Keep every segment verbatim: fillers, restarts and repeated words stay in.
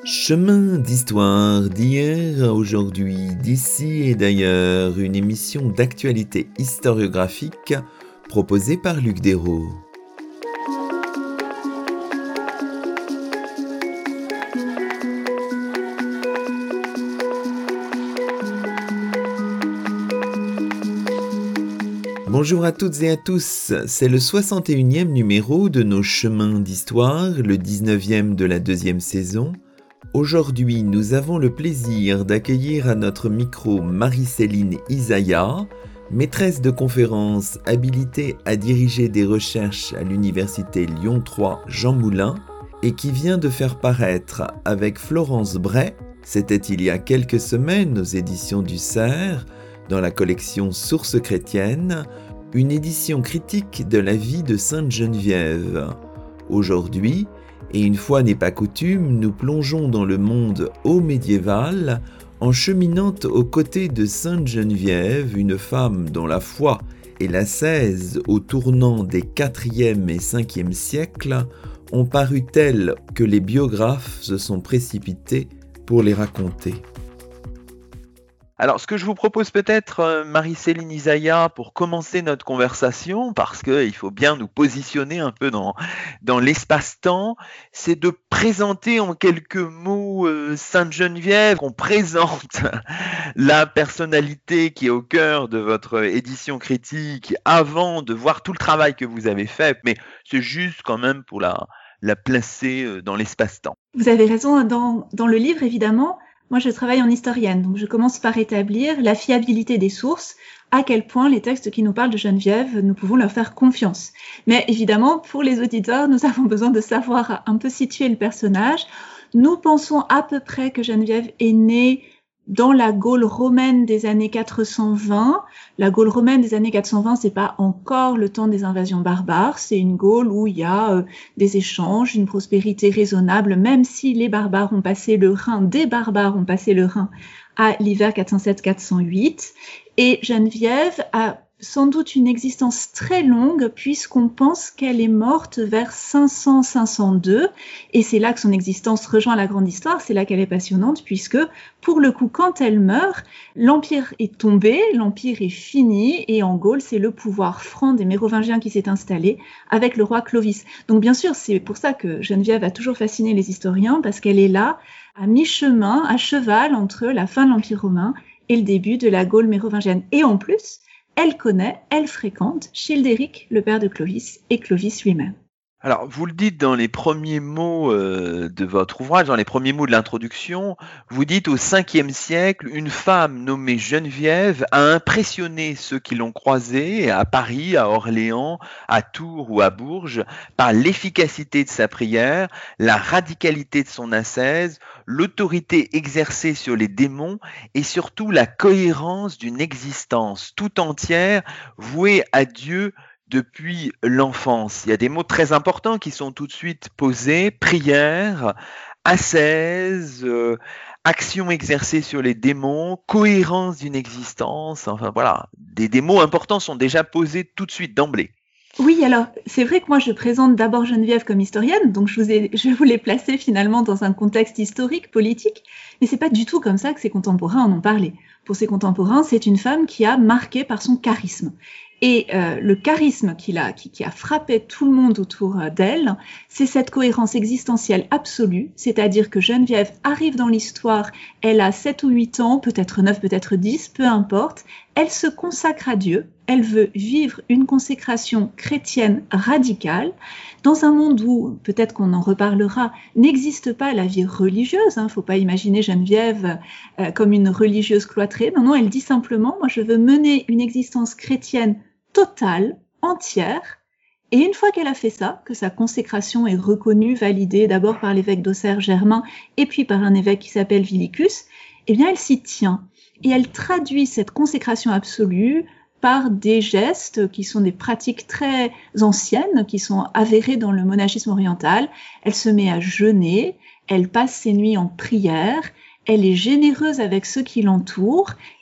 Chemin d'histoire d'hier à aujourd'hui, d'ici et d'ailleurs, une émission d'actualité historiographique proposée par Luc Dérault. Bonjour à toutes et à tous, c'est le soixante et unième numéro de nos Chemins d'histoire, le dix-neuvième de la deuxième saison. Aujourd'hui, nous avons le plaisir d'accueillir à notre micro Marie-Céline Isaïa, maîtresse de conférences habilitée à diriger des recherches à l'université Lyon trois Jean Moulin et qui vient de faire paraître avec Florence Bray, c'était il y a quelques semaines aux éditions du Cerf, dans la collection Sources chrétiennes, une édition critique de la vie de Sainte Geneviève. Aujourd'hui, et une fois n'est pas coutume, nous plongeons dans le monde haut médiéval en cheminant aux côtés de Sainte Geneviève, une femme dont la foi et l'ascèse au tournant des quatrième et cinquième siècles ont paru telles que les biographes se sont précipités pour les raconter. Alors, ce que je vous propose peut-être, euh, Marie-Céline Isaïa, pour commencer notre conversation, parce qu'il faut bien nous positionner un peu dans, dans l'espace-temps, c'est de présenter en quelques mots euh, Sainte Geneviève, qu'on présente la personnalité qui est au cœur de votre édition critique avant de voir tout le travail que vous avez fait, mais c'est juste quand même pour la, la placer dans l'espace-temps. Vous avez raison, dans, dans le livre, évidemment, moi, je travaille en historienne, donc je commence par établir la fiabilité des sources, à quel point les textes qui nous parlent de Geneviève, nous pouvons leur faire confiance. Mais évidemment, pour les auditeurs, nous avons besoin de savoir un peu situer le personnage. Nous pensons à peu près que Geneviève est née dans la Gaule romaine des années quatre cent vingt. La Gaule romaine des années quatre cent vingt, c'est pas encore le temps des invasions barbares, c'est une Gaule où il y a euh, des échanges, une prospérité raisonnable, même si les barbares ont passé le Rhin, des barbares ont passé le Rhin à l'hiver quatre cent sept quatre cent huit. Et Geneviève a sans doute une existence très longue puisqu'on pense qu'elle est morte vers cinq cents à cinq cent deux et c'est là que son existence rejoint la grande histoire, c'est là qu'elle est passionnante puisque pour le coup quand elle meurt, l'empire est tombé, l'empire est fini et en Gaule c'est le pouvoir franc des Mérovingiens qui s'est installé avec le roi Clovis. Donc bien sûr c'est pour ça que Geneviève a toujours fasciné les historiens parce qu'elle est là à mi-chemin, à cheval entre la fin de l'empire romain et le début de la Gaule mérovingienne. Et en plus, elle connaît, elle fréquente Childéric, le père de Clovis, et Clovis lui-même. Alors, vous le dites dans les premiers mots euh, de votre ouvrage, dans les premiers mots de l'introduction, vous dites au cinquième siècle, une femme nommée Geneviève a impressionné ceux qui l'ont croisée à Paris, à Orléans, à Tours ou à Bourges par l'efficacité de sa prière, la radicalité de son ascèse, l'autorité exercée sur les démons et surtout la cohérence d'une existence tout entière vouée à Dieu depuis l'enfance. Il y a des mots très importants qui sont tout de suite posés, prière, ascèse, euh, action exercée sur les démons, cohérence d'une existence, enfin voilà, des, des mots importants sont déjà posés tout de suite d'emblée. Oui, alors c'est vrai que moi je présente d'abord Geneviève comme historienne, donc je vous ai, je vous l'ai placée finalement dans un contexte historique, politique, mais c'est pas du tout comme ça que ses contemporains en ont parlé. Pour ses contemporains, c'est une femme qui a marqué par son charisme. Et euh, le charisme qui a, qui, qui a frappé tout le monde autour d'elle, c'est cette cohérence existentielle absolue, c'est-à-dire que Geneviève arrive dans l'histoire, elle a sept ou huit ans, peut-être neuf, peut-être dix, peu importe, elle se consacre à Dieu, elle veut vivre une consécration chrétienne radicale, dans un monde où, peut-être qu'on en reparlera, n'existe pas la vie religieuse, hein, faut pas imaginer Geneviève euh, comme une religieuse cloîtrée, non, non, elle dit simplement, moi je veux mener une existence chrétienne totale, entière, et une fois qu'elle a fait ça, que sa consécration est reconnue, validée d'abord par l'évêque d'Auxerre Germain et puis par un évêque qui s'appelle Villicus, eh bien elle s'y tient et elle traduit cette consécration absolue par des gestes qui sont des pratiques très anciennes, qui sont avérées dans le monachisme oriental. Elle se met à jeûner, elle passe ses nuits en prière, elle est généreuse avec ceux qui l'entourent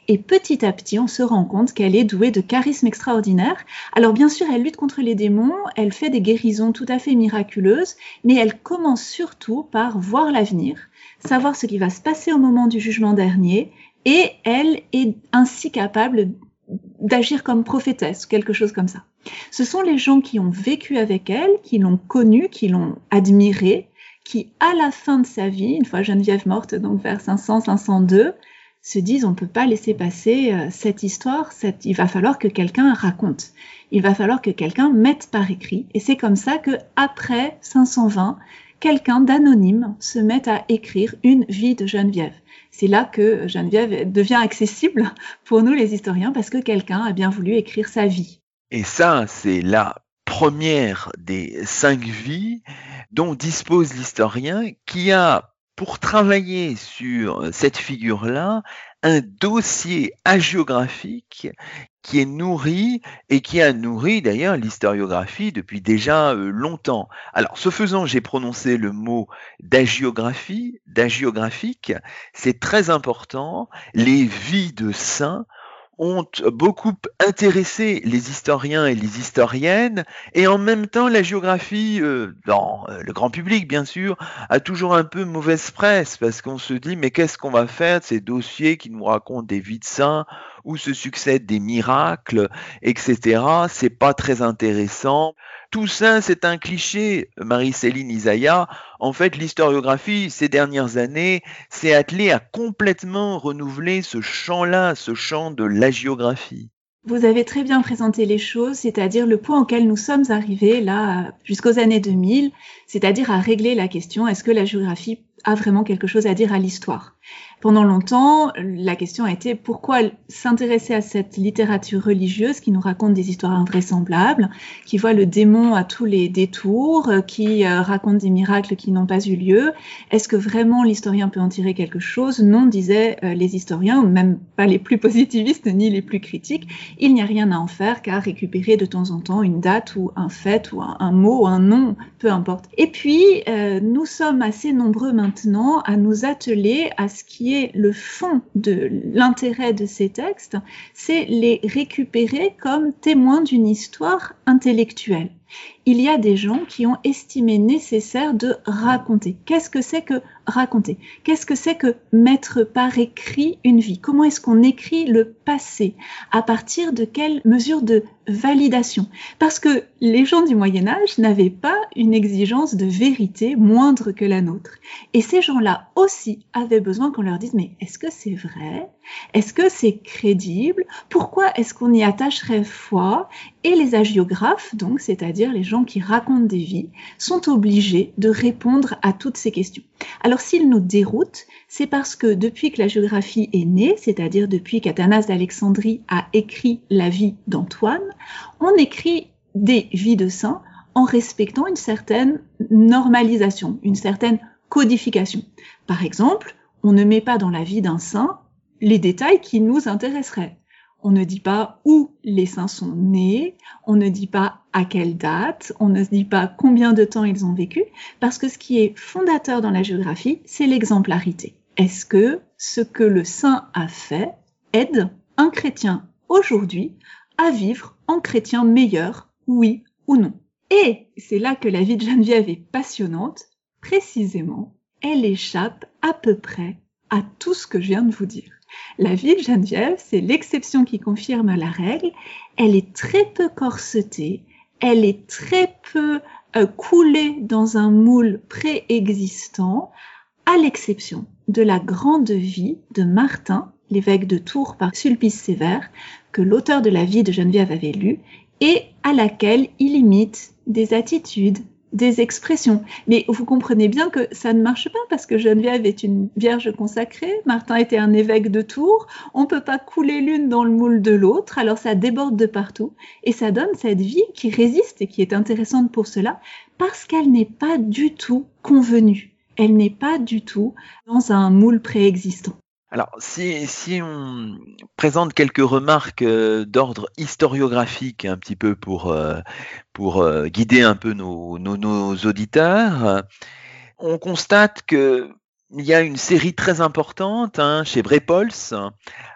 Et petit à petit, on se rend compte qu'elle est douée de charisme extraordinaire. Alors bien sûr, elle lutte contre les démons, elle fait des guérisons tout à fait miraculeuses, mais elle commence surtout par voir l'avenir, savoir ce qui va se passer au moment du jugement dernier, et elle est ainsi capable d'agir comme prophétesse, quelque chose comme ça. Ce sont les gens qui ont vécu avec elle, qui l'ont connue, qui l'ont admirée, qui, à la fin de sa vie, une fois Geneviève morte, donc vers cinq cents cinq cent deux, se disent on ne peut pas laisser passer euh, cette histoire, cette... il va falloir que quelqu'un raconte, il va falloir que quelqu'un mette par écrit. Et c'est comme ça qu'après cinq cent vingt, quelqu'un d'anonyme se met à écrire une vie de Geneviève. C'est là que Geneviève devient accessible pour nous les historiens, parce que quelqu'un a bien voulu écrire sa vie. Et ça, c'est la première des cinq vies dont dispose l'historien, qui a, pour travailler sur cette figure-là, un dossier hagiographique qui est nourri et qui a nourri d'ailleurs l'historiographie depuis déjà euh, longtemps. Alors, ce faisant, j'ai prononcé le mot d'hagiographie, d'agiographique, c'est très important. Les vies de saints ont beaucoup intéressé les historiens et les historiennes, et en même temps la géographie, euh, dans euh, le grand public bien sûr, a toujours un peu mauvaise presse, parce qu'on se dit mais qu'est-ce qu'on va faire de ces dossiers qui nous racontent des vies de saints, où se succèdent des miracles, et cetera. C'est pas très intéressant. Tout ça, c'est un cliché, Marie-Céline Isaïa. En fait, l'historiographie, ces dernières années, s'est attelée à complètement renouveler ce champ-là, ce champ de l'hagiographie. Vous avez très bien présenté les choses, c'est-à-dire le point auquel nous sommes arrivés là jusqu'aux années deux mille, c'est-à-dire à régler la question est-ce que la géographie a vraiment quelque chose à dire à l'histoire. Pendant longtemps, la question a été pourquoi s'intéresser à cette littérature religieuse qui nous raconte des histoires invraisemblables, qui voit le démon à tous les détours, qui raconte des miracles qui n'ont pas eu lieu. Est-ce que vraiment l'historien peut en tirer quelque chose? Non, disaient les historiens, même pas les plus positivistes ni les plus critiques. Il n'y a rien à en faire qu'à récupérer de temps en temps une date ou un fait ou un, un mot, un nom, peu importe. Et puis, euh, nous sommes assez nombreux maintenant à nous atteler à ce qui est le fond de l'intérêt de ces textes, c'est les récupérer comme témoins d'une histoire intellectuelle. Il y a des gens qui ont estimé nécessaire de raconter. Qu'est-ce que c'est que raconter? Qu'est-ce que c'est que mettre par écrit une vie? Comment est-ce qu'on écrit le passé? À partir de quelle mesure de validation? Parce que les gens du Moyen-Âge n'avaient pas une exigence de vérité moindre que la nôtre. Et ces gens-là aussi avaient besoin qu'on leur dise « mais est-ce que c'est vrai? Est-ce que c'est crédible? Pourquoi est-ce qu'on y attacherait foi ?» Et les hagiographes, donc, c'est-à-dire les gens qui racontent des vies, sont obligés de répondre à toutes ces questions. Alors s'ils nous déroutent, c'est parce que depuis que la géographie est née, c'est-à-dire depuis qu'Athanase d'Alexandrie a écrit la vie d'Antoine, on écrit des vies de saints en respectant une certaine normalisation, une certaine codification. Par exemple, on ne met pas dans la vie d'un saint les détails qui nous intéresseraient. On ne dit pas où les saints sont nés, on ne dit pas à quelle date, on ne dit pas combien de temps ils ont vécu, parce que ce qui est fondateur dans la géographie, c'est l'exemplarité. Est-ce que ce que le saint a fait aide un chrétien aujourd'hui à vivre en chrétien meilleur, oui ou non? Et c'est là que la vie de Geneviève est passionnante, précisément, elle échappe à peu près à tout ce que je viens de vous dire. La vie de Geneviève, c'est l'exception qui confirme la règle. Elle est très peu corsetée, elle est très peu euh, coulée dans un moule préexistant, à l'exception de la grande vie de Martin, l'évêque de Tours par Sulpice Sévère, que l'auteur de la vie de Geneviève avait lu, et à laquelle il imite des attitudes, des expressions. Mais vous comprenez bien que ça ne marche pas parce que Geneviève est une vierge consacrée, Martin était un évêque de Tours, on ne peut pas couler l'une dans le moule de l'autre, alors ça déborde de partout et ça donne cette vie qui résiste et qui est intéressante pour cela parce qu'elle n'est pas du tout convenue, elle n'est pas du tout dans un moule préexistant. Alors, si, si on présente quelques remarques euh, d'ordre historiographique, un petit peu pour, euh, pour euh, guider un peu nos, nos, nos auditeurs, euh, on constate qu'il y a une série très importante hein, chez Brepols,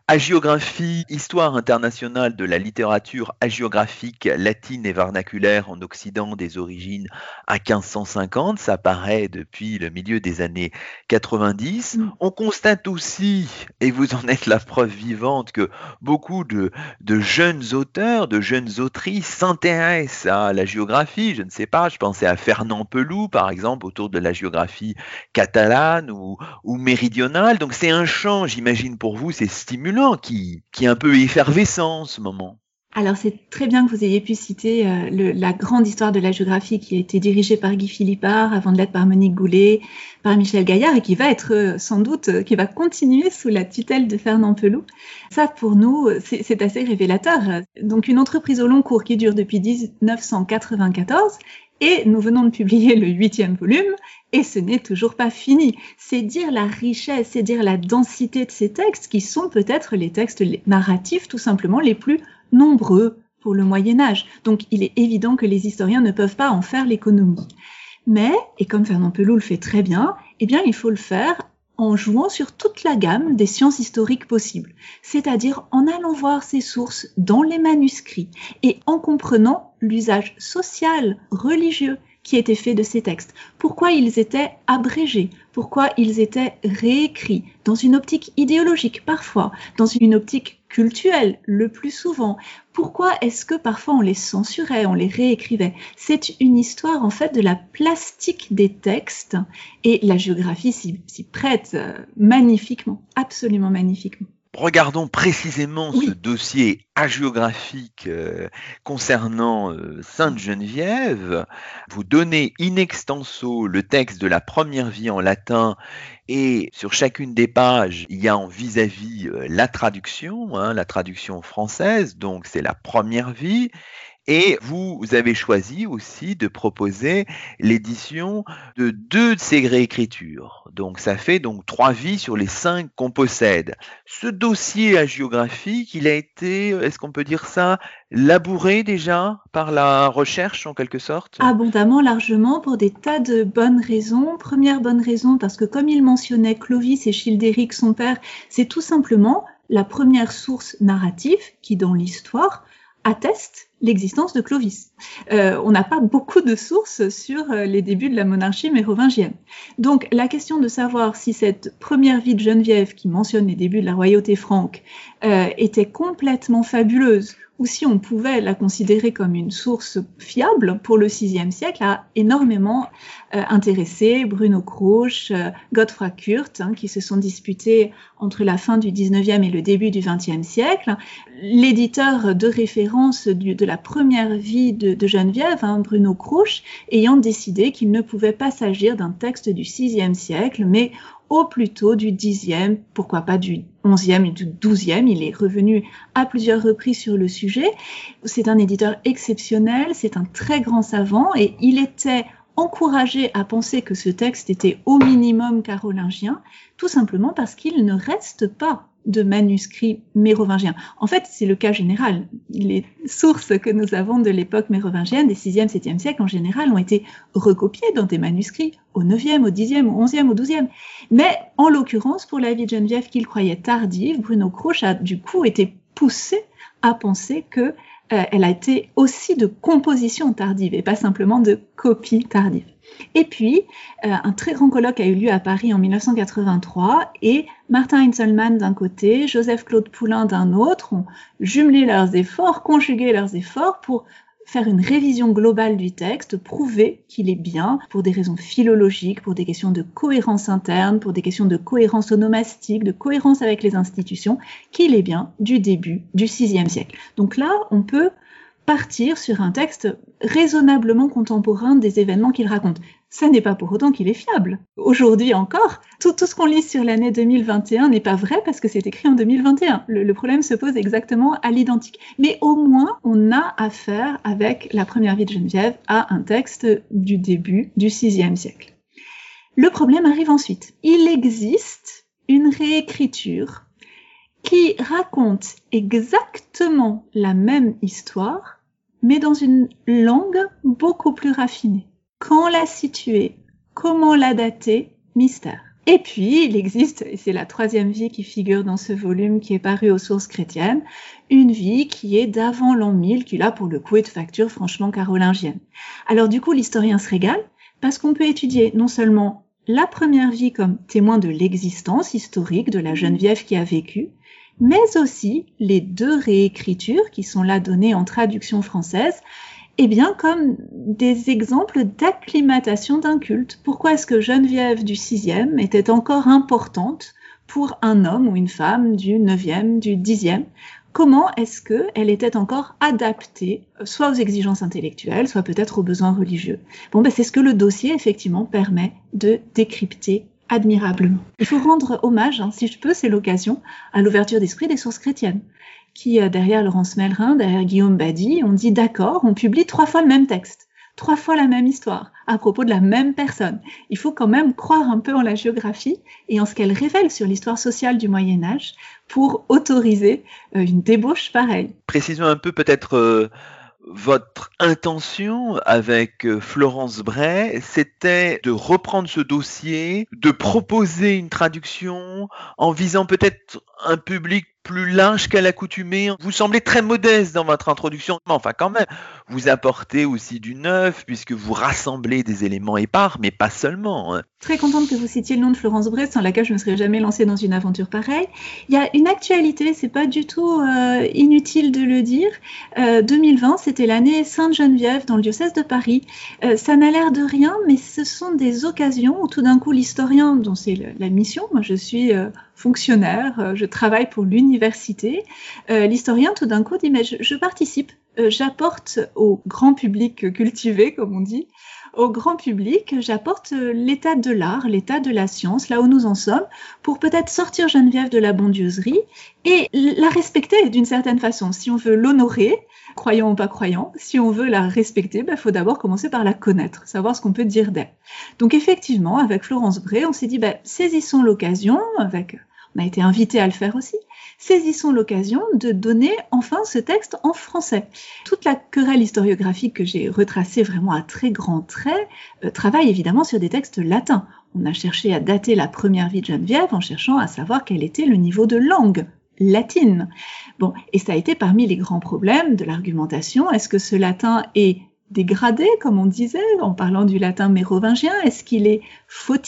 Hagiographie, histoire internationale de la littérature hagiographique latine et vernaculaire en Occident des origines à quinze cent cinquante, ça paraît depuis le milieu des années quatre-vingt-dix. Mm. On constate aussi, et vous en êtes la preuve vivante, que beaucoup de, de jeunes auteurs, de jeunes autrices s'intéressent à la géographie. Je ne sais pas, je pensais à Fernand Peloux, par exemple, autour de la géographie catalane ou, ou méridionale. Donc c'est un champ, j'imagine pour vous, c'est stimulant. Qui, qui est un peu effervescent en ce moment. Alors c'est très bien que vous ayez pu citer euh, le, la grande histoire de la géographie qui a été dirigée par Guy Philippard, avant de l'être par Monique Goulet, par Michel Gaillard, et qui va être euh, sans doute, euh, qui va continuer sous la tutelle de Fernand Peloux. Ça pour nous, c'est, c'est assez révélateur. Donc une entreprise au long cours qui dure depuis dix-neuf cent quatre-vingt-quatorze, et nous venons de publier le huitième volume, et ce n'est toujours pas fini. C'est dire la richesse, c'est dire la densité de ces textes, qui sont peut-être les textes narratifs tout simplement les plus nombreux pour le Moyen-Âge. Donc il est évident que les historiens ne peuvent pas en faire l'économie. Mais, et comme Fernand Peloux le fait très bien, eh bien il faut le faire en jouant sur toute la gamme des sciences historiques possibles, c'est-à-dire en allant voir ces sources dans les manuscrits et en comprenant l'usage social, religieux qui était fait de ces textes, pourquoi ils étaient abrégés, pourquoi ils étaient réécrits, dans une optique idéologique parfois, dans une optique cultuelle le plus souvent, pourquoi est-ce que parfois on les censurait, on les réécrivait. C'est une histoire en fait de la plastique des textes et la géographie s'y, s'y prête euh, magnifiquement, absolument magnifiquement. Regardons précisément oui. ce dossier hagiographique euh, concernant euh, Sainte-Geneviève. Vous donnez in extenso le texte de la première vie en latin et sur chacune des pages, il y a en vis-à-vis euh, la traduction, hein, la traduction française, donc c'est la première vie. Et vous, vous avez choisi aussi de proposer l'édition de deux de ces réécritures. Donc ça fait donc trois vies sur les cinq qu'on possède. Ce dossier hagiographique, il a été, est-ce qu'on peut dire ça, labouré déjà par la recherche en quelque sorte ? Abondamment, largement, pour des tas de bonnes raisons. Première bonne raison, parce que comme il mentionnait Clovis et Childéric, son père, c'est tout simplement la première source narrative qui, dans l'histoire, atteste l'existence de Clovis. Euh, on n'a pas beaucoup de sources sur les débuts de la monarchie mérovingienne. Donc la question de savoir si cette première vie de Geneviève, qui mentionne les débuts de la royauté franque, euh, était complètement fabuleuse, ou si on pouvait la considérer comme une source fiable pour le sixième siècle, a énormément euh, intéressé Bruno Crouch, euh, Godefroy Kurt, hein, qui se sont disputés entre la fin du dix-neuvième et le début du vingtième siècle. L'éditeur de référence du, de la première vie de, de Geneviève, hein, Bruno Crouch, ayant décidé qu'il ne pouvait pas s'agir d'un texte du sixième siècle, mais au plus tôt du dixième, pourquoi pas du onzième et du douzième. Il est revenu à plusieurs reprises sur le sujet. C'est un éditeur exceptionnel, c'est un très grand savant et il était encouragé à penser que ce texte était au minimum carolingien, tout simplement parce qu'il ne reste pas de manuscrits mérovingiens. En fait, c'est le cas général. Les sources que nous avons de l'époque mérovingienne, des sixième, septième siècle, en général, ont été recopiées dans des manuscrits au neuvième, au dixième, au onzième, au douzième. Mais, en l'occurrence, pour la vie de Geneviève qu'il croyait tardive, Bruno Crouch a du coup été poussé à penser que euh, elle a été aussi de composition tardive et pas simplement de copie tardive. Et puis, euh, un très grand colloque a eu lieu à Paris en dix-neuf cent quatre-vingt-trois et Martin Hinzelmann d'un côté, Joseph-Claude Poulain d'un autre ont jumelé leurs efforts, conjugué leurs efforts pour faire une révision globale du texte, prouver qu'il est bien, pour des raisons philologiques, pour des questions de cohérence interne, pour des questions de cohérence onomastique, de cohérence avec les institutions, qu'il est bien du début du sixième siècle. Donc là, on peut partir sur un texte raisonnablement contemporain des événements qu'il raconte. Ça n'est pas pour autant qu'il est fiable. Aujourd'hui encore, tout, tout ce qu'on lit sur l'année deux mille vingt et un n'est pas vrai parce que c'est écrit en deux mille vingt et un. Le, le problème se pose exactement à l'identique. Mais au moins, on a affaire avec la première vie de Geneviève à un texte du début du sixième siècle. Le problème arrive ensuite. Il existe une réécriture qui raconte exactement la même histoire, mais dans une langue beaucoup plus raffinée. Quand la situer, comment la dater, mystère. Et puis, il existe, et c'est la troisième vie qui figure dans ce volume qui est paru aux sources chrétiennes, une vie qui est d'avant l'an mille, qui là, pour le coup, est de facture franchement carolingienne. Alors du coup, l'historien se régale, parce qu'on peut étudier non seulement la première vie comme témoin de l'existence historique de la Geneviève qui a vécu, mais aussi les deux réécritures qui sont là données en traduction française, eh bien comme des exemples d'acclimatation d'un culte. Pourquoi est-ce que Geneviève du sixième était encore importante pour un homme ou une femme du neuvième, du dixième ? Comment est-ce qu'elle était encore adaptée, soit aux exigences intellectuelles, soit peut-être aux besoins religieux ? Bon, ben c'est ce que le dossier, effectivement, permet de décrypter admirablement. Il faut rendre hommage, hein, si je peux, c'est l'occasion, à l'ouverture d'esprit des sources chrétiennes, qui, euh, derrière Laurence Mellerin, derrière Guillaume Badi, ont dit « d'accord, on publie trois fois le même texte, trois fois la même histoire, à propos de la même personne. Il faut quand même croire un peu en la géographie et en ce qu'elle révèle sur l'histoire sociale du Moyen-Âge pour autoriser euh, une débauche pareille. » Précisons un peu peut-être euh, votre intention avec euh, Florence Bray, c'était de reprendre ce dossier, de proposer une traduction en visant peut-être un public plus large qu'à l'accoutumée. Vous semblez très modeste dans votre introduction, mais enfin quand même, vous apportez aussi du neuf puisque vous rassemblez des éléments épars, mais pas seulement. Très contente que vous citiez le nom de Florence Bray, sans laquelle je ne me serais jamais lancée dans une aventure pareille. Il y a une actualité, c'est pas du tout euh, inutile de le dire. Euh, deux mille vingt, c'était l'année Sainte-Geneviève dans le diocèse de Paris. Euh, ça n'a l'air de rien, mais ce sont des occasions où tout d'un coup l'historien, dont c'est le, la mission, moi je suis euh, fonctionnaire, euh, je travaille pour l'université, euh, l'historien tout d'un coup dit mais je, je participe, euh, j'apporte au grand public cultivé, comme on dit, au grand public, j'apporte l'état de l'art, l'état de la science, là où nous en sommes, pour peut-être sortir Geneviève de la bondieuserie et la respecter d'une certaine façon. Si on veut l'honorer, croyant ou pas croyant, si on veut la respecter, il faut d'abord commencer par la connaître, savoir ce qu'on peut dire d'elle. Donc effectivement, avec Florence Bray, on s'est dit, bah, saisissons l'occasion, avec, on a été invité à le faire aussi, saisissons l'occasion de donner enfin ce texte en français. Toute la querelle historiographique que j'ai retracée vraiment à très grands traits euh, travaille évidemment sur des textes latins. On a cherché à dater la première vie de Geneviève en cherchant à savoir quel était le niveau de langue latine. Bon, et ça a été parmi les grands problèmes de l'argumentation. Est-ce que ce latin est dégradé, comme on disait, en parlant du latin mérovingien? Est-ce qu'il est fautif ?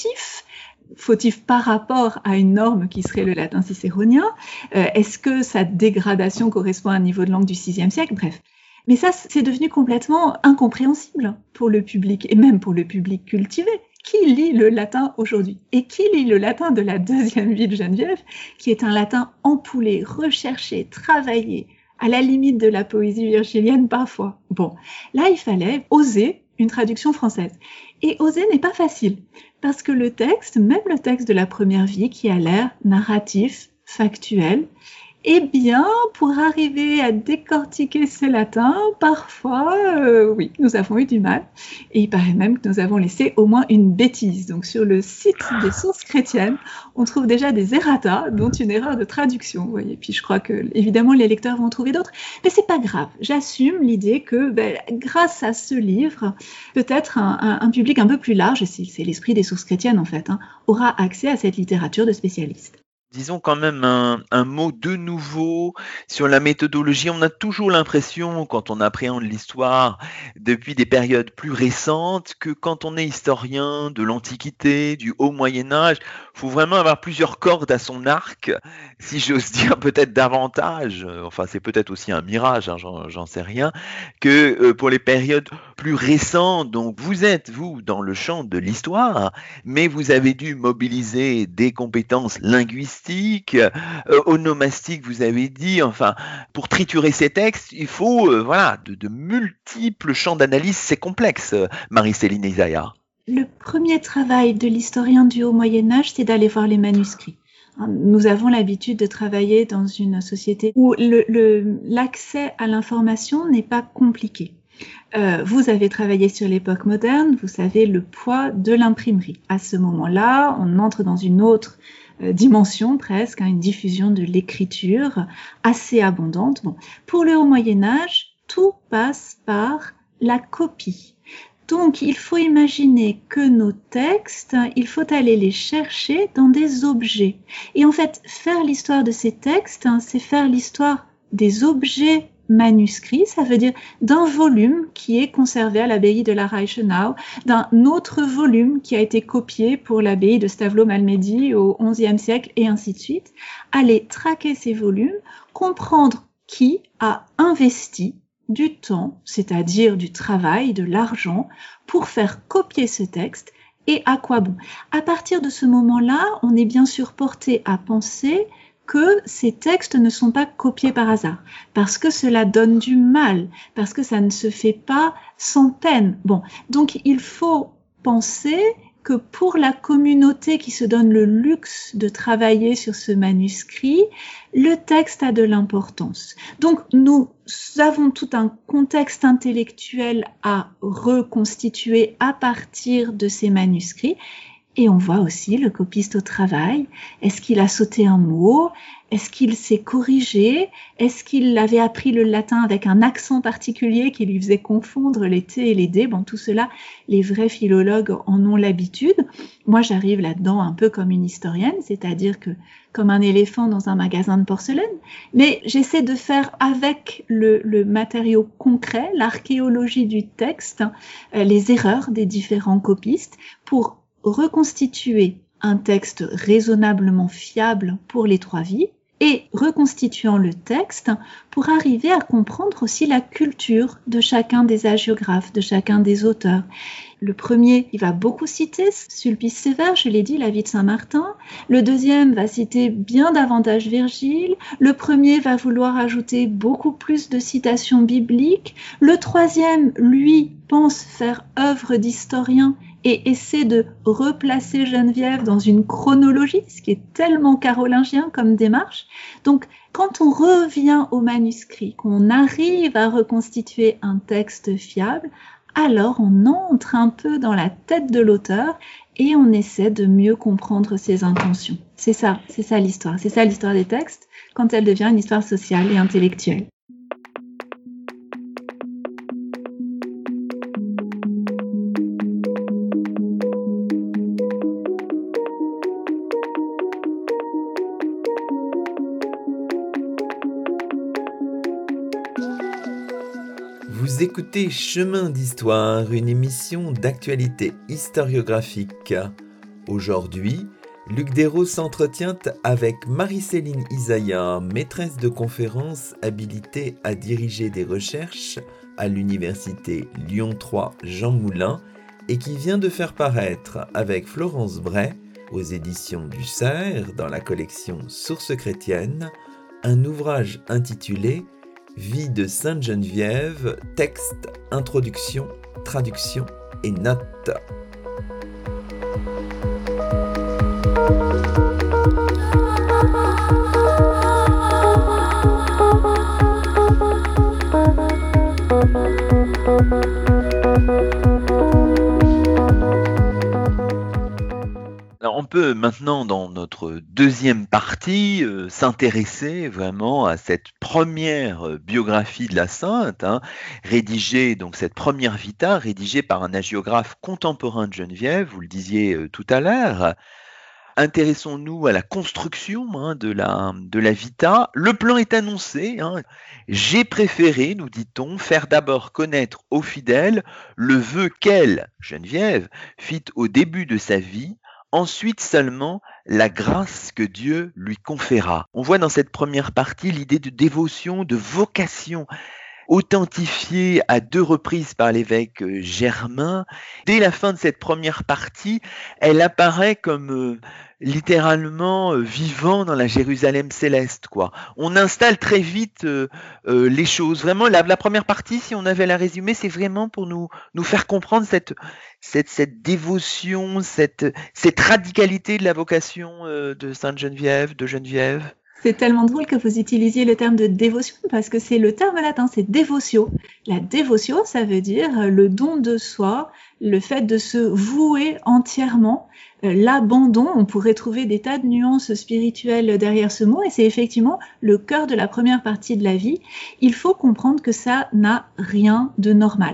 Fautif par rapport à une norme qui serait le latin cicéronien? euh, Est-ce que sa dégradation correspond à un niveau de langue du sixième siècle? Bref. Mais ça, c'est devenu complètement incompréhensible pour le public, et même pour le public cultivé. Qui lit le latin aujourd'hui? Et qui lit le latin de la deuxième vie de Geneviève, qui est un latin empoulé, recherché, travaillé, à la limite de la poésie virgilienne parfois? Bon, là, il fallait oser une traduction française. Et oser n'est pas facile, parce que le texte, même le texte de la première vie, qui a l'air narratif, factuel, eh bien, pour arriver à décortiquer ce latin, parfois, euh, oui, nous avons eu du mal. Et il paraît même que nous avons laissé au moins une bêtise. Donc, sur le site des sources chrétiennes, on trouve déjà des errata, dont une erreur de traduction. Vous voyez. Puis, je crois que, évidemment, les lecteurs vont trouver d'autres. Mais c'est pas grave. J'assume l'idée que, ben, grâce à ce livre, peut-être un, un, un public un peu plus large, c'est, c'est l'esprit des sources chrétiennes, en fait, hein, aura accès à cette littérature de spécialistes. Disons quand même un, un mot de nouveau sur la méthodologie. On a toujours l'impression, quand on appréhende l'histoire depuis des périodes plus récentes, que quand on est historien de l'Antiquité, du Haut Moyen-Âge, il faut vraiment avoir plusieurs cordes à son arc, si j'ose dire peut-être davantage, enfin c'est peut-être aussi un mirage, hein, j'en, j'en sais rien, que euh, pour les périodes plus récentes. Donc vous êtes, vous, dans le champ de l'histoire, mais vous avez dû mobiliser des compétences linguistiques, euh, onomastique, vous avez dit, enfin, pour triturer ces textes, il faut, euh, voilà, de, de multiples champs d'analyse, c'est complexe, euh, Marie-Céline Isaiah. Le premier travail de l'historien du Haut Moyen-Âge, c'est d'aller voir les manuscrits. Nous avons l'habitude de travailler dans une société où le, le, l'accès à l'information n'est pas compliqué. Euh, vous avez travaillé sur l'époque moderne, vous savez le poids de l'imprimerie. À ce moment-là, on entre dans une autre euh, dimension presque, hein, une diffusion de l'écriture assez abondante. Bon, pour le Haut Moyen-Âge, tout passe par la copie. Donc, il faut imaginer que nos textes, il faut aller les chercher dans des objets. Et en fait, faire l'histoire de ces textes, c'est faire l'histoire des objets manuscrits, ça veut dire d'un volume qui est conservé à l'abbaye de la Reichenau, d'un autre volume qui a été copié pour l'abbaye de Stavelot-Malmedy au onzième siècle, et ainsi de suite. Aller traquer ces volumes, comprendre qui a investi du temps, c'est-à-dire du travail, de l'argent, pour faire copier ce texte, et à quoi bon. À partir de ce moment-là, on est bien sûr porté à penser que ces textes ne sont pas copiés par hasard, parce que cela donne du mal, parce que ça ne se fait pas sans peine. Bon, donc il faut penser que pour la communauté qui se donne le luxe de travailler sur ce manuscrit, le texte a de l'importance. Donc nous avons tout un contexte intellectuel à reconstituer à partir de ces manuscrits. Et on voit aussi le copiste au travail. Est-ce qu'il a sauté un mot? Est-ce qu'il s'est corrigé? Est-ce qu'il avait appris le latin avec un accent particulier qui lui faisait confondre les T et les D? Bon, tout cela, les vrais philologues en ont l'habitude. Moi, j'arrive là-dedans un peu comme une historienne, c'est-à-dire que comme un éléphant dans un magasin de porcelaine. Mais j'essaie de faire avec le, le matériau concret, l'archéologie du texte, euh, les erreurs des différents copistes pour reconstituer un texte raisonnablement fiable pour les trois vies et reconstituant le texte pour arriver à comprendre aussi la culture de chacun des hagiographes, de chacun des auteurs. Le premier, il va beaucoup citer Sulpice Sévère, je l'ai dit, la vie de Saint-Martin. Le deuxième va citer bien davantage Virgile. Le premier va vouloir ajouter beaucoup plus de citations bibliques. Le troisième, lui, pense faire œuvre d'historien et essaie de replacer Geneviève dans une chronologie, ce qui est tellement carolingien comme démarche. Donc, quand on revient au manuscrit, qu'on arrive à reconstituer un texte fiable, alors on entre un peu dans la tête de l'auteur et on essaie de mieux comprendre ses intentions. C'est ça, c'est ça l'histoire. C'est ça l'histoire des textes quand elle devient une histoire sociale et intellectuelle. Vous écoutez Chemin d'Histoire, une émission d'actualité historiographique. Aujourd'hui, Luc Dérault s'entretient avec Marie-Céline Isaïa, maîtresse de conférences habilitée à diriger des recherches à l'université Lyon trois Jean Moulin et qui vient de faire paraître avec Florence Bray, aux éditions du Cerf, dans la collection Sources chrétiennes, un ouvrage intitulé Vie de Sainte Geneviève, texte, introduction, traduction et notes. Alors on peut maintenant, dans notre deuxième partie, euh, s'intéresser vraiment à cette première euh, biographie de la Sainte, hein, rédigée, donc cette première vita, rédigée par un hagiographe contemporain de Geneviève, vous le disiez euh, tout à l'heure. Intéressons-nous à la construction hein, de, la, de la vita. Le plan est annoncé. Hein. J'ai préféré, nous dit-on, faire d'abord connaître aux fidèles le vœu qu'elle, Geneviève, fit au début de sa vie, ensuite seulement la grâce que Dieu lui conféra. On voit dans cette première partie l'idée de dévotion, de vocation, authentifiée à deux reprises par l'évêque Germain. Dès la fin de cette première partie, elle apparaît comme euh, littéralement euh, vivant dans la Jérusalem céleste, quoi. On installe très vite euh, euh, les choses. Vraiment, la, la première partie, si on avait la résumer, c'est vraiment pour nous, nous faire comprendre cette, cette, cette dévotion, cette, cette radicalité de la vocation euh, de Sainte Geneviève, de Geneviève. C'est tellement drôle que vous utilisiez le terme de dévotion parce que c'est le terme latin, c'est devotio. La devotio, ça veut dire le don de soi, le fait de se vouer entièrement, l'abandon. On pourrait trouver des tas de nuances spirituelles derrière ce mot et c'est effectivement le cœur de la première partie de la vie. Il faut comprendre que ça n'a rien de normal.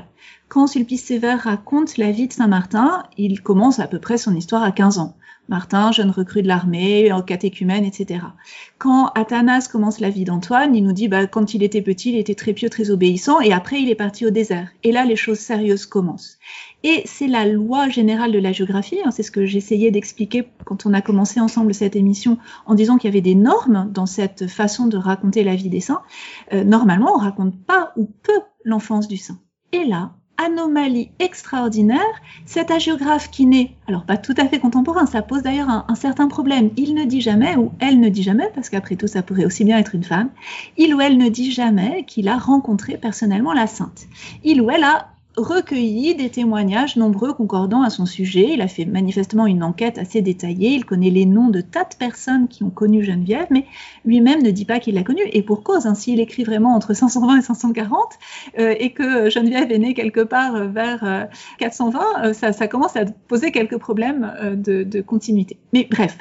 Quand Sulpice Sévère raconte la vie de Saint Martin, il commence à peu près son histoire à quinze ans. Martin, jeune recrue de l'armée, en catéchumène, et cetera. Quand Athanase commence la vie d'Antoine, il nous dit bah, quand il était petit, il était très pieux, très obéissant, et après il est parti au désert. Et là, les choses sérieuses commencent. Et c'est la loi générale de la géographie, hein, c'est ce que j'essayais d'expliquer quand on a commencé ensemble cette émission, en disant qu'il y avait des normes dans cette façon de raconter la vie des saints. Euh, normalement, on raconte pas ou peu l'enfance du saint. Et là, anomalie extraordinaire, cet hagiographe qui n'est, alors pas tout à fait contemporain, ça pose d'ailleurs un, un certain problème, il ne dit jamais, ou elle ne dit jamais, parce qu'après tout ça pourrait aussi bien être une femme, il ou elle ne dit jamais qu'il a rencontré personnellement la sainte. Il ou elle a recueilli des témoignages nombreux concordant à son sujet. Il a fait manifestement une enquête assez détaillée. Il connaît les noms de tas de personnes qui ont connu Geneviève, mais lui-même ne dit pas qu'il l'a connue. Et pour cause, hein, s'il écrit vraiment entre cinq cent vingt et cinq cent quarante euh, et que Geneviève est née quelque part euh, vers euh, quatre cent vingt, euh, ça, ça commence à poser quelques problèmes euh, de, de continuité. Mais bref,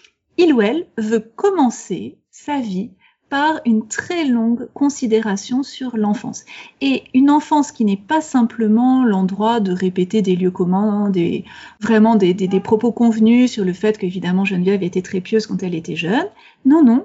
il ou elle veut commencer sa vie par une très longue considération sur l'enfance. Et une enfance qui n'est pas simplement l'endroit de répéter des lieux communs, des, vraiment des, des, des propos convenus sur le fait qu'évidemment Geneviève était très pieuse quand elle était jeune. Non, non.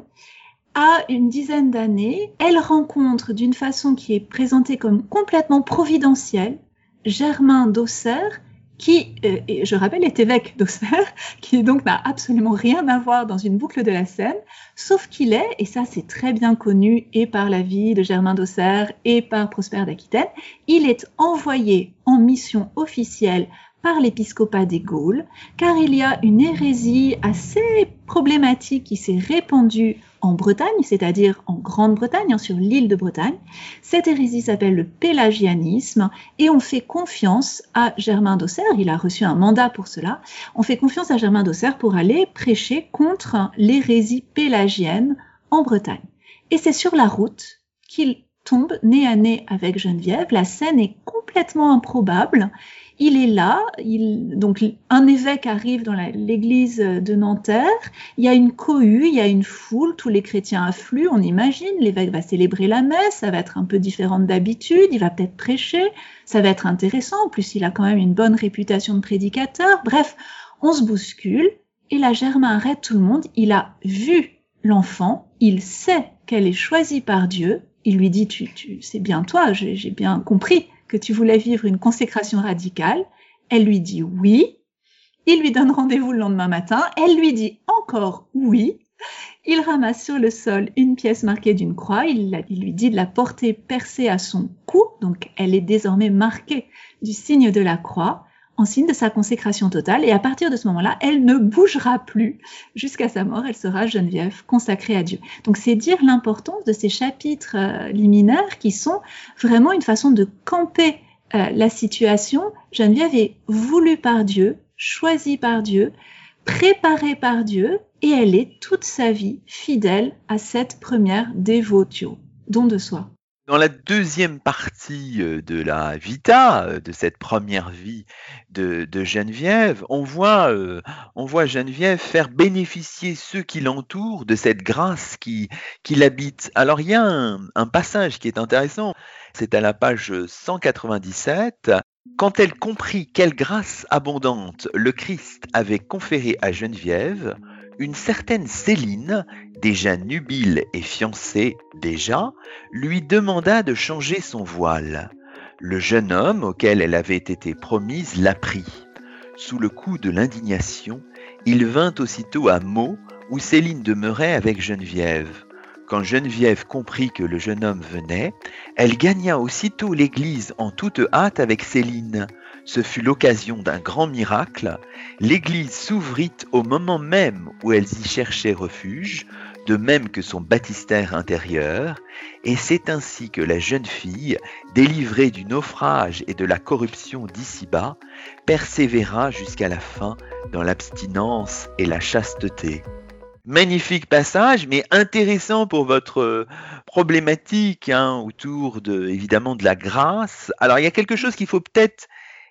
À une dizaine d'années, elle rencontre d'une façon qui est présentée comme complètement providentielle Germain d'Auxerre, qui, euh, et je rappelle, est évêque d'Auxerre, qui donc n'a absolument rien à voir dans une boucle de la Seine, sauf qu'il est, et ça c'est très bien connu et par la vie de Germain d'Auxerre et par Prosper d'Aquitaine, il est envoyé en mission officielle par l'épiscopat des Gaules, car il y a une hérésie assez problématique qui s'est répandue en Bretagne, c'est-à-dire en Grande-Bretagne, sur l'île de Bretagne. Cette hérésie s'appelle le pélagianisme et on fait confiance à Germain d'Auxerre, il a reçu un mandat pour cela, on fait confiance à Germain d'Auxerre pour aller prêcher contre l'hérésie pélagienne en Bretagne. Et c'est sur la route qu'il tombe nez à nez avec Geneviève, la scène est complètement improbable. Il est là, il, donc un évêque arrive dans la, l'église de Nanterre, il y a une cohue, il y a une foule, tous les chrétiens affluent, on imagine, l'évêque va célébrer la messe, ça va être un peu différent d'habitude, il va peut-être prêcher, ça va être intéressant, en plus il a quand même une bonne réputation de prédicateur, bref, on se bouscule, et là Germain arrête tout le monde, il a vu l'enfant, il sait qu'elle est choisie par Dieu, il lui dit, tu, tu, c'est bien toi, j'ai, j'ai bien compris que tu voulais vivre une consécration radicale. Elle lui dit oui. Il lui donne rendez-vous le lendemain matin. Elle lui dit encore oui. Il ramasse sur le sol une pièce marquée d'une croix. Il, la, il lui dit de la porter percée à son cou. Donc, elle est désormais marquée du signe de la croix, en signe de sa consécration totale. Et à partir de ce moment-là, elle ne bougera plus. Jusqu'à sa mort, elle sera Geneviève, consacrée à Dieu. Donc c'est dire l'importance de ces chapitres euh, liminaires qui sont vraiment une façon de camper euh, la situation. Geneviève est voulue par Dieu, choisie par Dieu, préparée par Dieu, et elle est toute sa vie fidèle à cette première dévotio, don de soi. Dans la deuxième partie de la Vita, de cette première vie de, de Geneviève, on voit, euh, on voit Geneviève faire bénéficier ceux qui l'entourent de cette grâce qui, qui l'habite. Alors il y a un, un passage qui est intéressant, c'est à la page cent quatre-vingt-dix-sept. Quand elle comprit quelle grâce abondante le Christ avait conférée à Geneviève, une certaine Céline, déjà nubile et fiancée déjà, lui demanda de changer son voile. Le jeune homme auquel elle avait été promise l'apprit. Sous le coup de l'indignation, il vint aussitôt à Meaux, où Céline demeurait avec Geneviève. Quand Geneviève comprit que le jeune homme venait, elle gagna aussitôt l'église en toute hâte avec Céline. Ce fut l'occasion d'un grand miracle. L'église s'ouvrit au moment même où elles y cherchaient refuge, de même que son baptistère intérieur, et c'est ainsi que la jeune fille, délivrée du naufrage et de la corruption d'ici-bas, persévéra jusqu'à la fin dans l'abstinence et la chasteté. Magnifique passage, mais intéressant pour votre problématique hein, autour de, évidemment, de la grâce. Alors, il y a quelque chose qu'il faut peut-être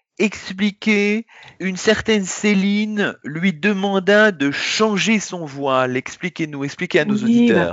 expliquer. Une certaine Céline lui demanda de changer son voile. Expliquez-nous, expliquez à nos Oui, auditeurs.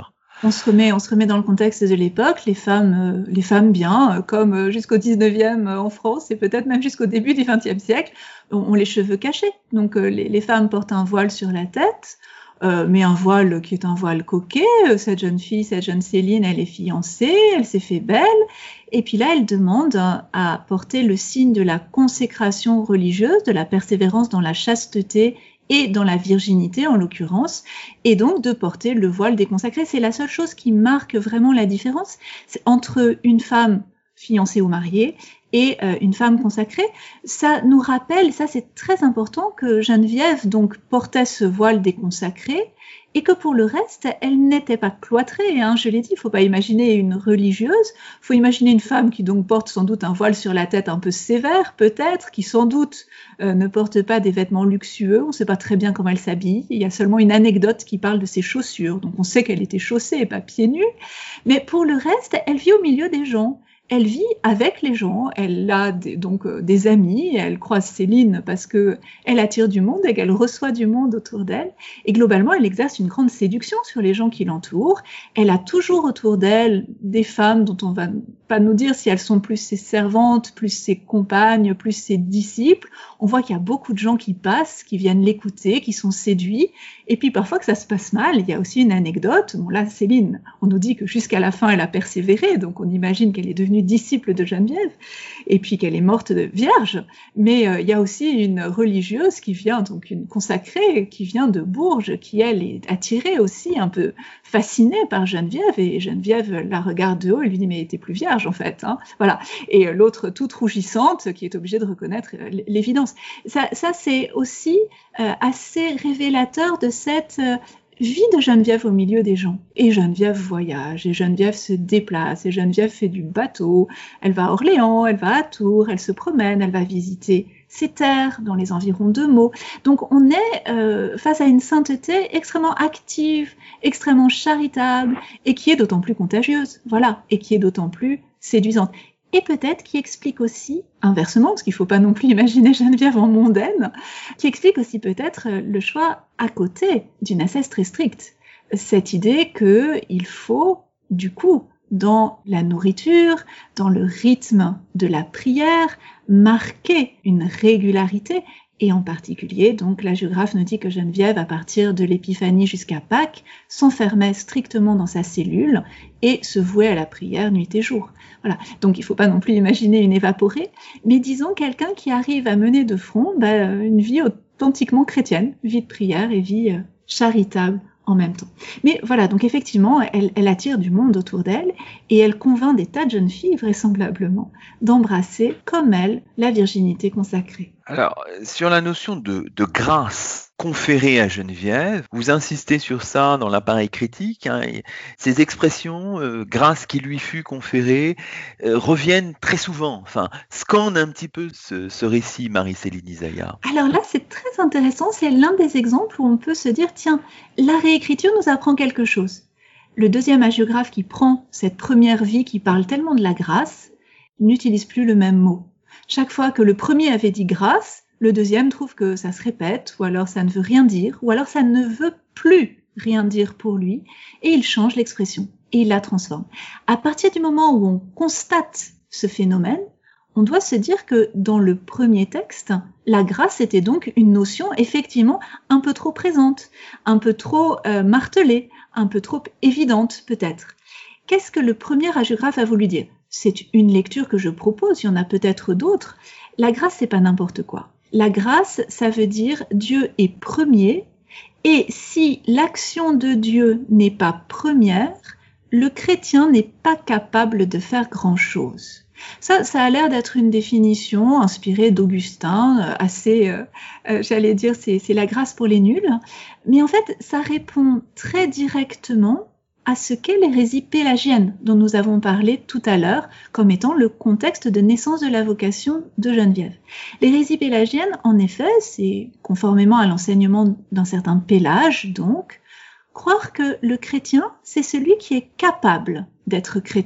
On se remet, on se remet dans le contexte de l'époque. Les femmes, euh, les femmes bien, euh, comme euh, jusqu'au dix-neuvième euh, en France, et peut-être même jusqu'au début du vingtième siècle, ont, ont les cheveux cachés. Donc euh, les, les femmes portent un voile sur la tête. Euh, mais un voile qui est un voile coquet. Cette jeune fille, cette jeune Céline, elle est fiancée, elle s'est fait belle. Et puis là, elle demande à porter le signe de la consécration religieuse, de la persévérance dans la chasteté et dans la virginité en l'occurrence, et donc de porter le voile déconsacré. C'est la seule chose qui marque vraiment la différence entre une femme fiancée ou mariée et euh, une femme consacrée. Ça nous rappelle, ça c'est très important, que Geneviève donc portait ce voile déconsacré et que pour le reste, elle n'était pas cloîtrée. Hein. Je l'ai dit, il ne faut pas imaginer une religieuse, il faut imaginer une femme qui donc porte sans doute un voile sur la tête un peu sévère peut-être, qui sans doute euh, ne porte pas des vêtements luxueux, on ne sait pas très bien comment elle s'habille, il y a seulement une anecdote qui parle de ses chaussures, donc on sait qu'elle était chaussée et pas pieds nus, mais pour le reste, elle vit au milieu des gens. Elle vit avec les gens, elle a des, donc euh, des amis, elle croise Céline parce que elle attire du monde et qu'elle reçoit du monde autour d'elle. Et globalement, elle exerce une grande séduction sur les gens qui l'entourent. Elle a toujours autour d'elle des femmes dont on va pas nous dire si elles sont plus ses servantes, plus ses compagnes, plus ses disciples. On voit qu'il y a beaucoup de gens qui passent, qui viennent l'écouter, qui sont séduits. Et puis parfois que ça se passe mal, il y a aussi une anecdote. Bon là, Céline, on nous dit que jusqu'à la fin, elle a persévéré, donc on imagine qu'elle est devenue disciple de Geneviève, et puis qu'elle est morte de vierge. Mais euh, il y a aussi une religieuse qui vient, donc une consacrée, qui vient de Bourges, qui elle est attirée aussi, un peu fascinée par Geneviève, et Geneviève la regarde de haut et lui dit « mais t'es plus vierge en fait hein ». Voilà. Et euh, l'autre toute rougissante, qui est obligée de reconnaître euh, l'évidence. Ça, ça c'est aussi euh, assez révélateur de cette euh, vie de Geneviève au milieu des gens. Et Geneviève voyage, et Geneviève se déplace, et Geneviève fait du bateau, elle va à Orléans, elle va à Tours, elle se promène, elle va visiter ses terres dans les environs de Meaux. Donc on est euh, face à une sainteté extrêmement active, extrêmement charitable, et qui est d'autant plus contagieuse, voilà, et qui est d'autant plus séduisante. Et peut-être qui explique aussi, inversement, parce qu'il ne faut pas non plus imaginer Geneviève en mondaine, qui explique aussi peut-être le choix à côté d'une ascèse très stricte. Cette idée qu'il faut, du coup, dans la nourriture, dans le rythme de la prière, marquer une régularité. Et en particulier, donc, la géographe nous dit que Geneviève, à partir de l'Épiphanie jusqu'à Pâques, s'enfermait strictement dans sa cellule et se vouait à la prière nuit et jour. Voilà. Donc, il ne faut pas non plus imaginer une évaporée, mais disons quelqu'un qui arrive à mener de front ben, une vie authentiquement chrétienne, vie de prière et vie euh, charitable en même temps. Mais voilà, donc effectivement, elle, elle attire du monde autour d'elle et elle convainc des tas de jeunes filles, vraisemblablement, d'embrasser, comme elle, la virginité consacrée. Alors, sur la notion de, de grâce conférée à Geneviève, vous insistez sur ça dans l'appareil critique, hein, et ces expressions, euh, grâce qui lui fut conférée, euh, reviennent très souvent, enfin, scandent un petit peu ce, ce récit, Marie-Céline Isaïa. Alors là, c'est très intéressant, c'est l'un des exemples où on peut se dire, tiens, la réécriture nous apprend quelque chose. Le deuxième hagiographe qui prend cette première vie qui parle tellement de la grâce, n'utilise plus le même mot. Chaque fois que le premier avait dit grâce, le deuxième trouve que ça se répète, ou alors ça ne veut rien dire, ou alors ça ne veut plus rien dire pour lui, et il change l'expression, et il la transforme. À partir du moment où on constate ce phénomène, on doit se dire que dans le premier texte, la grâce était donc une notion effectivement un peu trop présente, un peu trop euh, martelée, un peu trop évidente peut-être. Qu'est-ce que le premier hagiographe a voulu dire ? C'est une lecture que je propose, il y en a peut-être d'autres. La grâce, c'est pas n'importe quoi. La grâce, ça veut dire Dieu est premier, et si l'action de Dieu n'est pas première, le chrétien n'est pas capable de faire grand-chose. Ça, ça a l'air d'être une définition inspirée d'Augustin, assez, euh, euh, j'allais dire, c'est, c'est la grâce pour les nuls. Mais en fait, ça répond très directement à ce qu'est l'hérésie pélagienne dont nous avons parlé tout à l'heure comme étant le contexte de naissance de la vocation de Geneviève. L'hérésie pélagienne, en effet, c'est conformément à l'enseignement d'un certain Pélage, donc, croire que le chrétien, c'est celui qui est capable d'être chrétien.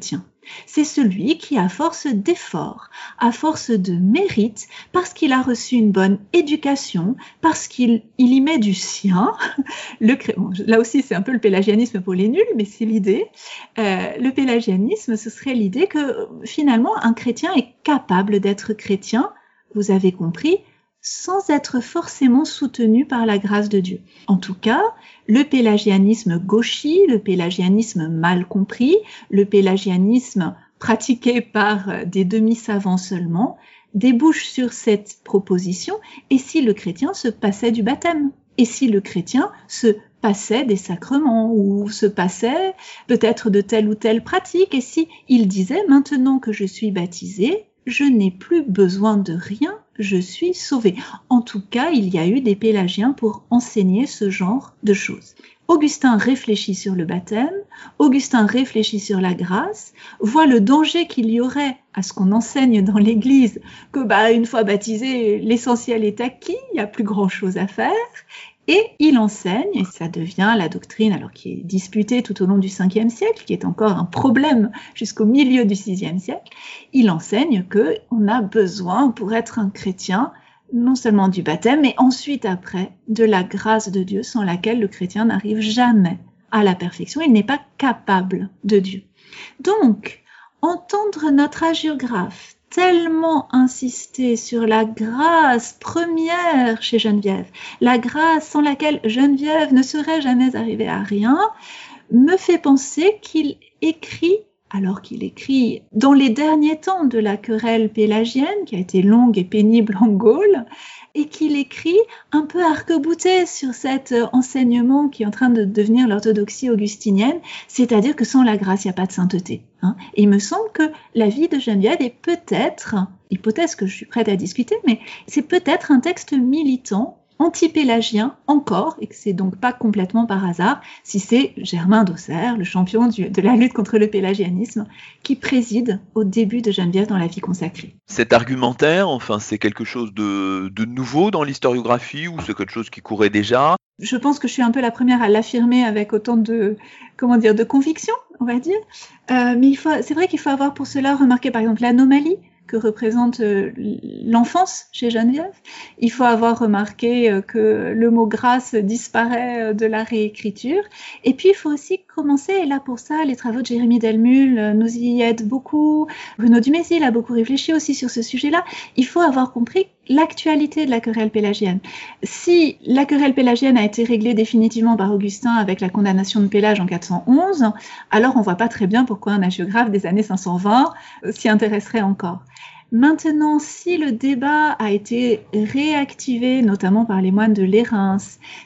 C'est celui qui, à force d'efforts, à force de mérite, parce qu'il a reçu une bonne éducation, parce qu'il il y met du sien, le, bon, là aussi c'est un peu le pélagianisme pour les nuls, mais c'est l'idée. Euh, le pélagianisme, ce serait l'idée que finalement un chrétien est capable d'être chrétien, vous avez compris, sans être forcément soutenu par la grâce de Dieu. En tout cas, le pélagianisme gauchy, le pélagianisme mal compris, le pélagianisme pratiqué par des demi-savants seulement, débouche sur cette proposition, et si le chrétien se passait du baptême, et si le chrétien se passait des sacrements, ou se passait peut-être de telle ou telle pratique, et si il disait « maintenant que je suis baptisé, je n'ai plus besoin de rien, je suis sauvé ». En tout cas, il y a eu des pélagiens pour enseigner ce genre de choses. Augustin réfléchit sur le baptême, Augustin réfléchit sur la grâce, voit le danger qu'il y aurait à ce qu'on enseigne dans l'Église, que bah, une fois baptisé, l'essentiel est acquis, il n'y a plus grand-chose à faire, et il enseigne, et ça devient la doctrine, alors qui est disputée tout au long du cinquième siècle, qui est encore un problème jusqu'au milieu du sixième siècle, il enseigne qu'on a besoin, pour être un chrétien, non seulement du baptême, mais ensuite après, de la grâce de Dieu, sans laquelle le chrétien n'arrive jamais à la perfection, il n'est pas capable de Dieu. Donc, entendre notre hagiographe tellement insister sur la grâce première chez Geneviève, la grâce sans laquelle Geneviève ne serait jamais arrivée à rien, me fait penser qu'il écrit, alors qu'il écrit dans les derniers temps de la querelle pélagienne, qui a été longue et pénible en Gaule, et qu'il écrit un peu arc-bouté sur cet enseignement qui est en train de devenir l'orthodoxie augustinienne, c'est-à-dire que sans la grâce, il n'y a pas de sainteté. Hein. Et il me semble que la vie de Geneviève est peut-être, hypothèse que je suis prête à discuter, mais c'est peut-être un texte militant, anti-pélagien encore, et que c'est donc pas complètement par hasard, si c'est Germain d'Auxerre, le champion du, de la lutte contre le pélagianisme, qui préside au début de Geneviève dans la vie consacrée. Cet argumentaire, enfin, c'est quelque chose de, de nouveau dans l'historiographie ou c'est quelque chose qui courait déjà ? Je pense que je suis un peu la première à l'affirmer avec autant de, comment dire, de conviction, on va dire. Euh, mais il faut, c'est vrai qu'il faut avoir pour cela remarqué par exemple l'anomalie que représente l'enfance chez Geneviève. Il faut avoir remarqué que le mot grâce disparaît de la réécriture. Et puis, il faut aussi commencer, et là pour ça, les travaux de Jérémie Delmule nous y aident beaucoup. Bruno Dumézil a beaucoup réfléchi aussi sur ce sujet-là. Il faut avoir compris l'actualité de la querelle pélagienne. Si la querelle pélagienne a été réglée définitivement par Augustin avec la condamnation de Pélage en quatre cent onze, alors on ne voit pas très bien pourquoi un hagiographe des années cinq cent vingt s'y intéresserait encore. Maintenant, si le débat a été réactivé, notamment par les moines de Lérins,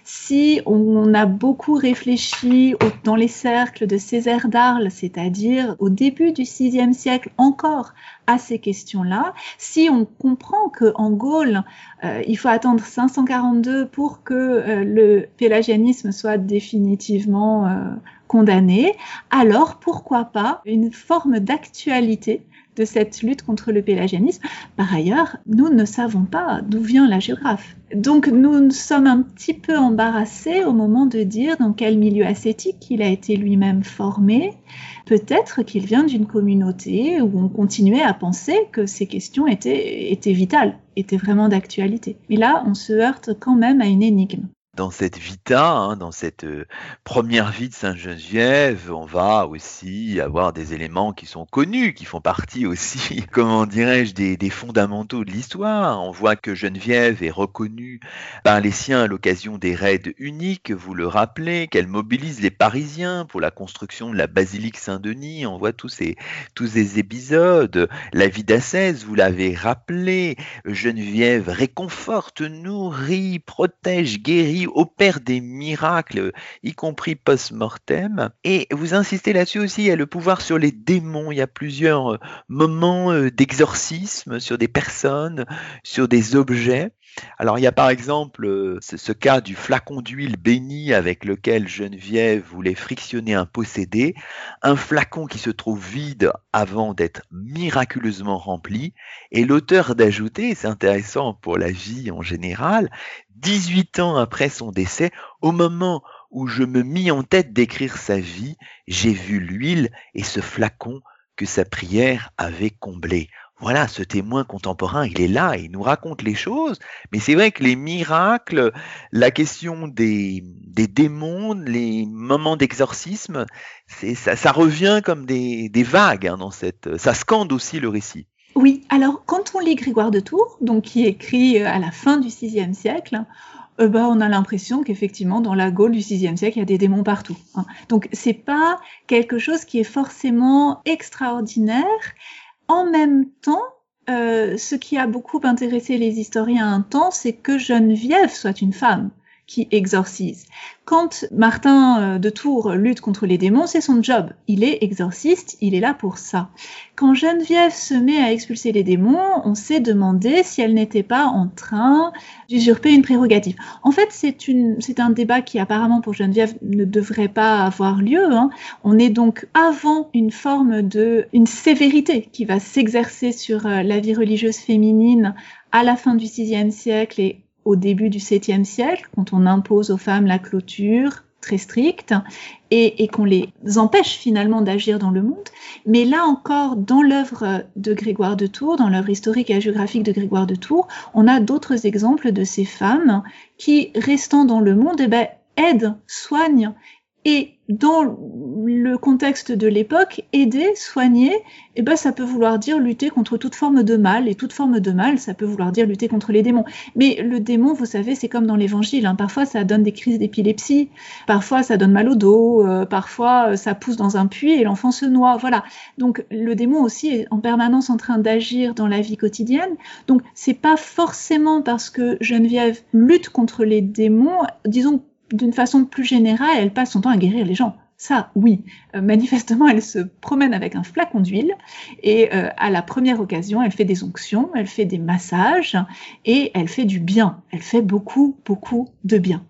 si on a beaucoup réfléchi dans les cercles de Césaire d'Arles, c'est-à-dire au début du sixième siècle encore, à ces questions-là, si on comprend qu'en Gaule, euh, il faut attendre cinq cent quarante-deux pour que euh, le pélagianisme soit définitivement euh, condamné, alors pourquoi pas une forme d'actualité de cette lutte contre le pélagianisme. Par ailleurs, nous ne savons pas d'où vient l'hagiographe. Donc nous sommes un petit peu embarrassés au moment de dire dans quel milieu ascétique il a été lui-même formé. Peut-être qu'il vient d'une communauté où on continuait à penser que ces questions étaient, étaient vitales, étaient vraiment d'actualité. Mais là, on se heurte quand même à une énigme. Dans cette vita, hein, dans cette euh, première vie de Sainte Geneviève, on va aussi avoir des éléments qui sont connus, qui font partie aussi, comment dirais-je, des, des fondamentaux de l'histoire. On voit que Geneviève est reconnue par les siens à l'occasion des raids uniques, vous le rappelez, qu'elle mobilise les Parisiens pour la construction de la basilique Saint-Denis. On voit tous ces, tous ces épisodes. La vie d'ascèse, vous l'avez rappelé, Geneviève réconforte, nourrit, protège, guérit, opère des miracles, y compris post-mortem. Et vous insistez là-dessus aussi, il y a le pouvoir sur les démons. Il y a plusieurs moments d'exorcisme sur des personnes, sur des objets. Alors il y a par exemple ce, ce cas du flacon d'huile béni avec lequel Geneviève voulait frictionner un possédé, un flacon qui se trouve vide avant d'être miraculeusement rempli, et l'auteur d'ajouter, c'est intéressant pour la vie en général, dix-huit ans après son décès, au moment où je me mis en tête d'écrire sa vie, j'ai vu l'huile et ce flacon que sa prière avait comblé. Voilà, ce témoin contemporain, il est là, il nous raconte les choses, mais c'est vrai que les miracles, la question des, des démons, les moments d'exorcisme, c'est, ça, ça revient comme des, des vagues hein, dans cette, ça scande aussi le récit. Oui, alors quand on lit Grégoire de Tours, donc qui écrit à la fin du sixième siècle, euh, bah, on a l'impression qu'effectivement dans la Gaule du sixième siècle, il y a des démons partout. Hein. Donc c'est pas quelque chose qui est forcément extraordinaire. En même temps, euh, ce qui a beaucoup intéressé les historiens un temps, c'est que Geneviève soit une femme qui exorcise. Quand Martin de Tours lutte contre les démons, c'est son job. Il est exorciste, il est là pour ça. Quand Geneviève se met à expulser les démons, on s'est demandé si elle n'était pas en train d'usurper une prérogative. En fait, c'est, une, c'est un débat qui apparemment pour Geneviève ne devrait pas avoir lieu. Hein. On est donc avant une forme de, une sévérité qui va s'exercer sur la vie religieuse féminine à la fin du sixième siècle et au début du septième siècle, quand on impose aux femmes la clôture très stricte et, et qu'on les empêche finalement d'agir dans le monde. Mais là encore, dans l'œuvre de Grégoire de Tours, dans l'œuvre historique et hagiographique de Grégoire de Tours, on a d'autres exemples de ces femmes qui, restant dans le monde, eh ben, aident, soignent. Et dans le contexte de l'époque, aider, soigner, eh ben, ça peut vouloir dire lutter contre toute forme de mal, et toute forme de mal, ça peut vouloir dire lutter contre les démons. Mais le démon, vous savez, c'est comme dans l'évangile, hein. Parfois ça donne des crises d'épilepsie, parfois ça donne mal au dos, euh, parfois ça pousse dans un puits et l'enfant se noie, voilà. Donc le démon aussi est en permanence en train d'agir dans la vie quotidienne. Donc c'est pas forcément parce que Geneviève lutte contre les démons, disons d'une façon plus générale, elle passe son temps à guérir les gens. Ça, oui. Euh, manifestement, elle se promène avec un flacon d'huile et euh, à la première occasion, elle fait des onctions, elle fait des massages et elle fait du bien. Elle fait beaucoup, beaucoup de bien.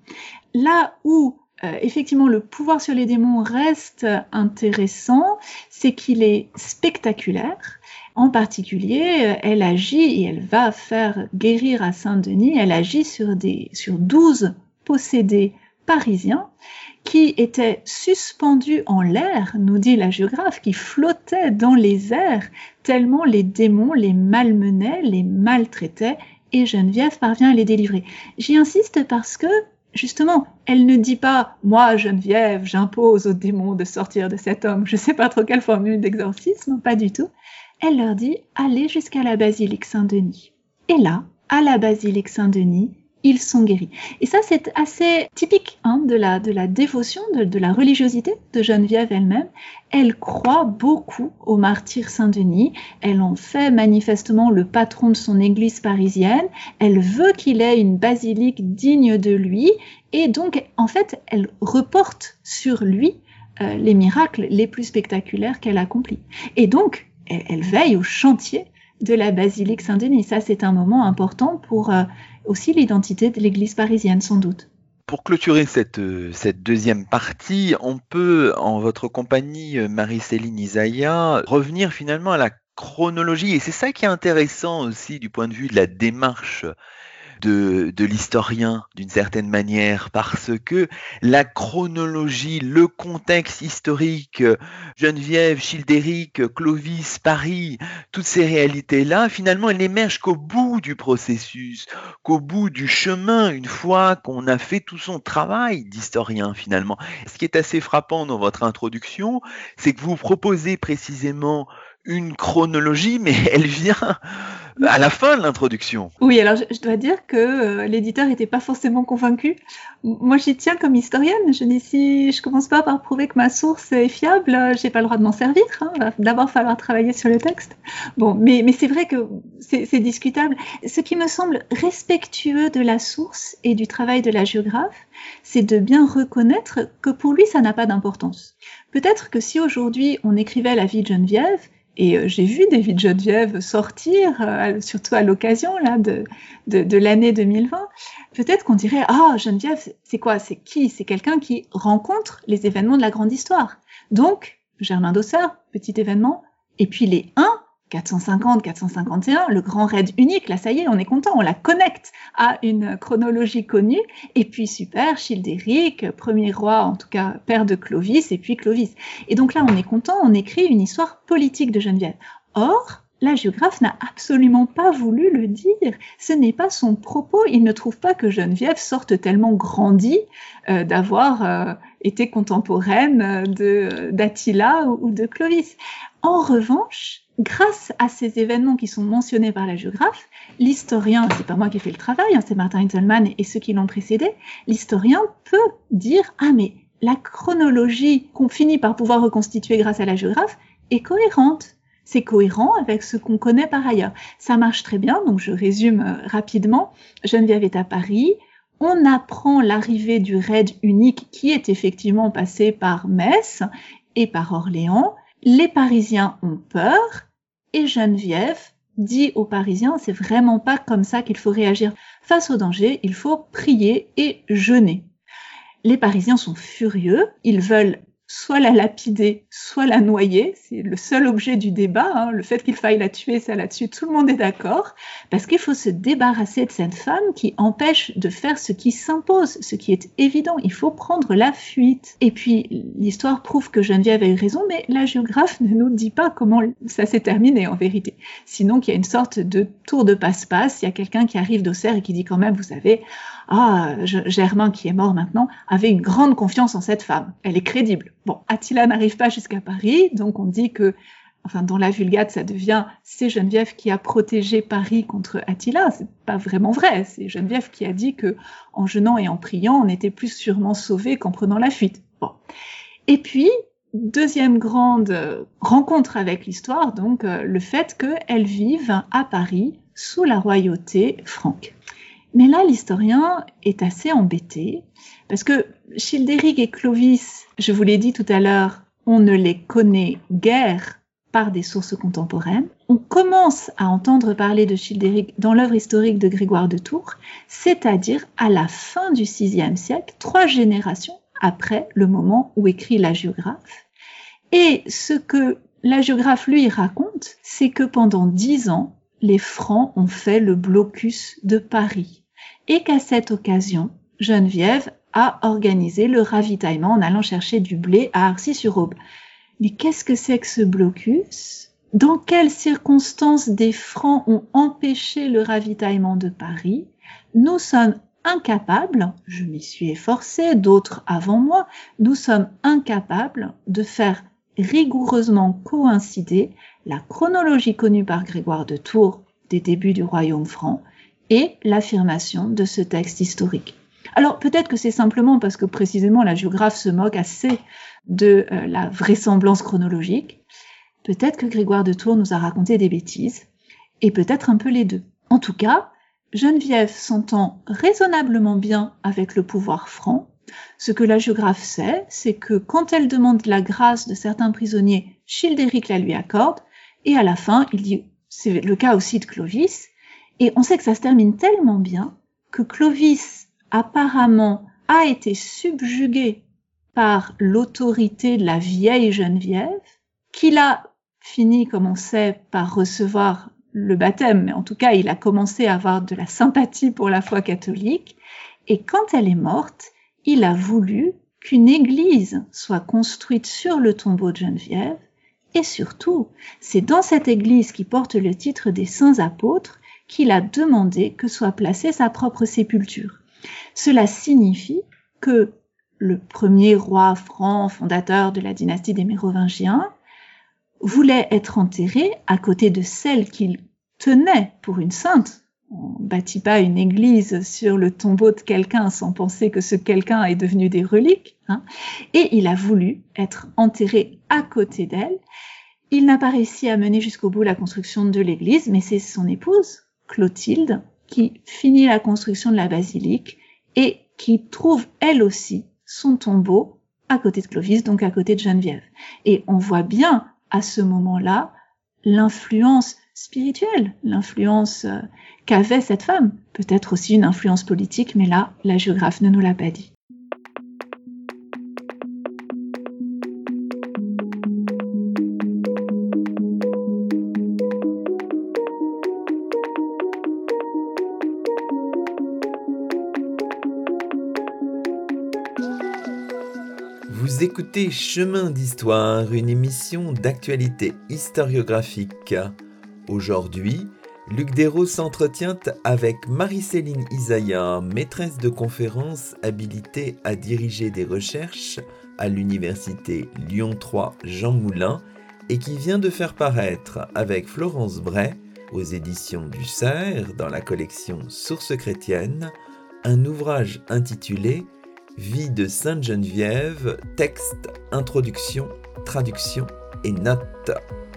Là où euh, effectivement le pouvoir sur les démons reste intéressant, c'est qu'il est spectaculaire. En particulier, elle agit et elle va faire guérir à Saint-Denis, elle agit sur, des, sur douze possédés parisiens qui étaient suspendus en l'air, nous dit la géographe, qui flottaient dans les airs tellement les démons les malmenaient, les maltraitaient et Geneviève parvient à les délivrer. J'y insiste parce que justement, elle ne dit pas « Moi, Geneviève, j'impose aux démons de sortir de cet homme. » Je ne sais pas trop quelle formule d'exorcisme, pas du tout. Elle leur dit « Allez jusqu'à la basilique Saint-Denis. » Et là, à la basilique Saint-Denis, ils sont guéris. Et ça, c'est assez typique hein, de, la, de la dévotion, de, de la religiosité de Geneviève elle-même. Elle croit beaucoup au martyr Saint-Denis. Elle en fait manifestement le patron de son église parisienne. Elle veut qu'il ait une basilique digne de lui. Et donc, en fait, elle reporte sur lui euh, les miracles les plus spectaculaires qu'elle accomplit. Et donc, elle, elle veille au chantier de la basilique Saint-Denis. Ça, c'est un moment important pour euh, aussi l'identité de l'église parisienne, sans doute. Pour clôturer cette, cette deuxième partie, on peut, en votre compagnie, Marie-Céline Isaïa, revenir finalement à la chronologie. Et c'est ça qui est intéressant aussi du point de vue de la démarche de, de l'historien, d'une certaine manière, parce que la chronologie, le contexte historique, Geneviève, Childéric, Clovis, Paris, toutes ces réalités-là, finalement, elles n'émergent qu'au bout du processus, qu'au bout du chemin, une fois qu'on a fait tout son travail d'historien, finalement. Ce qui est assez frappant dans votre introduction, c'est que vous proposez précisément une chronologie, mais elle vient à la fin de l'introduction. Oui, alors je, je dois dire que euh, l'éditeur n'était pas forcément convaincu. Moi, j'y tiens comme historienne. Je n'ai je commence pas par prouver que ma source est fiable. J'ai pas le droit de m'en servir. Hein. Va d'abord falloir travailler sur le texte. Bon, mais, mais c'est vrai que c'est, c'est discutable. Ce qui me semble respectueux de la source et du travail de la géographe, c'est de bien reconnaître que pour lui, ça n'a pas d'importance. Peut-être que si aujourd'hui on écrivait la vie de Geneviève, et euh, j'ai vu des vies de Geneviève sortir, euh, surtout à l'occasion là de, de, de l'année deux mille vingt. Peut-être qu'on dirait « Ah, Geneviève, c'est quoi? C'est qui? C'est quelqu'un qui rencontre les événements de la grande histoire. » Donc, Germain d'Auxerre, petit événement, et puis les uns quatre cent cinquante, quatre cent cinquante et un, le grand raid unique, là ça y est, on est content, on la connecte à une chronologie connue, et puis super, Childéric, premier roi, en tout cas père de Clovis, et puis Clovis. Et donc là on est content, on écrit une histoire politique de Geneviève. Or, la géographe n'a absolument pas voulu le dire. Ce n'est pas son propos. Il ne trouve pas que Geneviève sorte tellement grandie euh, d'avoir euh, été contemporaine de, d'Attila ou, ou de Clovis. En revanche, grâce à ces événements qui sont mentionnés par la géographe, l'historien, c'est pas moi qui ai fait le travail, hein, c'est Martin Hittelmann et ceux qui l'ont précédé, l'historien peut dire « Ah mais la chronologie qu'on finit par pouvoir reconstituer grâce à la géographe est cohérente ». C'est cohérent avec ce qu'on connaît par ailleurs. Ça marche très bien, donc je résume euh, rapidement. Geneviève est à Paris. On apprend l'arrivée du raid unique qui est effectivement passé par Metz et par Orléans. Les Parisiens ont peur et Geneviève dit aux Parisiens, c'est vraiment pas comme ça qu'il faut réagir face au danger, il faut prier et jeûner. Les Parisiens sont furieux, ils veulent soit la lapider, soit la noyer. C'est le seul objet du débat. Hein. Le fait qu'il faille la tuer, ça là-dessus, tout le monde est d'accord. Parce qu'il faut se débarrasser de cette femme qui empêche de faire ce qui s'impose, ce qui est évident. Il faut prendre la fuite. Et puis, l'histoire prouve que Geneviève a eu raison, mais la géographe ne nous dit pas comment ça s'est terminé en vérité. Sinon, qu'il y a une sorte de tour de passe-passe. Il y a quelqu'un qui arrive d'Auxerre et qui dit quand même, vous savez, ah, Germain qui est mort maintenant avait une grande confiance en cette femme. Elle est crédible. Bon, Attila n'arrive pas jusqu'à Paris, donc on dit que, enfin, dans la Vulgate, ça devient c'est Geneviève qui a protégé Paris contre Attila. C'est pas vraiment vrai. C'est Geneviève qui a dit que, en jeûnant et en priant, on était plus sûrement sauvés qu'en prenant la fuite. Bon. Et puis, deuxième grande rencontre avec l'histoire, donc, euh, le fait qu'elle vive à Paris sous la royauté franque. Mais là, l'historien est assez embêté, parce que Childéric et Clovis, je vous l'ai dit tout à l'heure, on ne les connaît guère par des sources contemporaines. On commence à entendre parler de Childéric dans l'œuvre historique de Grégoire de Tours, c'est-à-dire à la fin du sixième siècle, trois générations après le moment où écrit la géographe. Et ce que la géographe lui raconte, c'est que pendant dix ans, les Francs ont fait le blocus de Paris. Et qu'à cette occasion, Geneviève a organisé le ravitaillement en allant chercher du blé à Arcis-sur-Aube. Mais qu'est-ce que c'est que ce blocus ? Dans quelles circonstances des Francs ont empêché le ravitaillement de Paris ? Nous sommes incapables, je m'y suis efforcée, d'autres avant moi, nous sommes incapables de faire rigoureusement coïncider la chronologie connue par Grégoire de Tours des débuts du royaume franc et l'affirmation de ce texte historique. Alors peut-être que c'est simplement parce que précisément la géographe se moque assez de euh, la vraisemblance chronologique, peut-être que Grégoire de Tours nous a raconté des bêtises, et peut-être un peu les deux. En tout cas, Geneviève s'entend raisonnablement bien avec le pouvoir franc. Ce que la géographe sait, c'est que quand elle demande la grâce de certains prisonniers, Childéric la lui accorde, et à la fin, il dit, c'est le cas aussi de Clovis, et on sait que ça se termine tellement bien que Clovis, apparemment, a été subjugué par l'autorité de la vieille Geneviève, qu'il a fini, comme on sait, par recevoir le baptême, mais en tout cas, il a commencé à avoir de la sympathie pour la foi catholique, et quand elle est morte, il a voulu qu'une église soit construite sur le tombeau de Geneviève, et surtout, c'est dans cette église qui porte le titre des saints apôtres qu'il a demandé que soit placée sa propre sépulture. Cela signifie que le premier roi franc, fondateur de la dynastie des Mérovingiens, voulait être enterré à côté de celle qu'il tenait pour une sainte. On ne bâtit pas une église sur le tombeau de quelqu'un sans penser que ce quelqu'un est devenu des reliques, hein. Et il a voulu être enterré à côté d'elle. Il n'a pas réussi à mener jusqu'au bout la construction de l'église, mais c'est son épouse, Clotilde, qui finit la construction de la basilique et qui trouve elle aussi son tombeau à côté de Clovis, donc à côté de Geneviève. Et on voit bien à ce moment-là l'influence spirituelle, l'influence euh, qu'avait cette femme, peut-être aussi une influence politique, mais là, la géographe ne nous l'a pas dit. Vous écoutez Chemin d'Histoire, une émission d'actualité historiographique. Aujourd'hui, Luc Dérault s'entretient avec Marie-Céline Isaïa, maîtresse de conférences habilitée à diriger des recherches à l'université Lyon trois Jean Moulin et qui vient de faire paraître avec Florence Bray, aux éditions du Cerf, dans la collection Sources chrétiennes, un ouvrage intitulé Vie de Sainte Geneviève, texte, introduction, traduction et notes.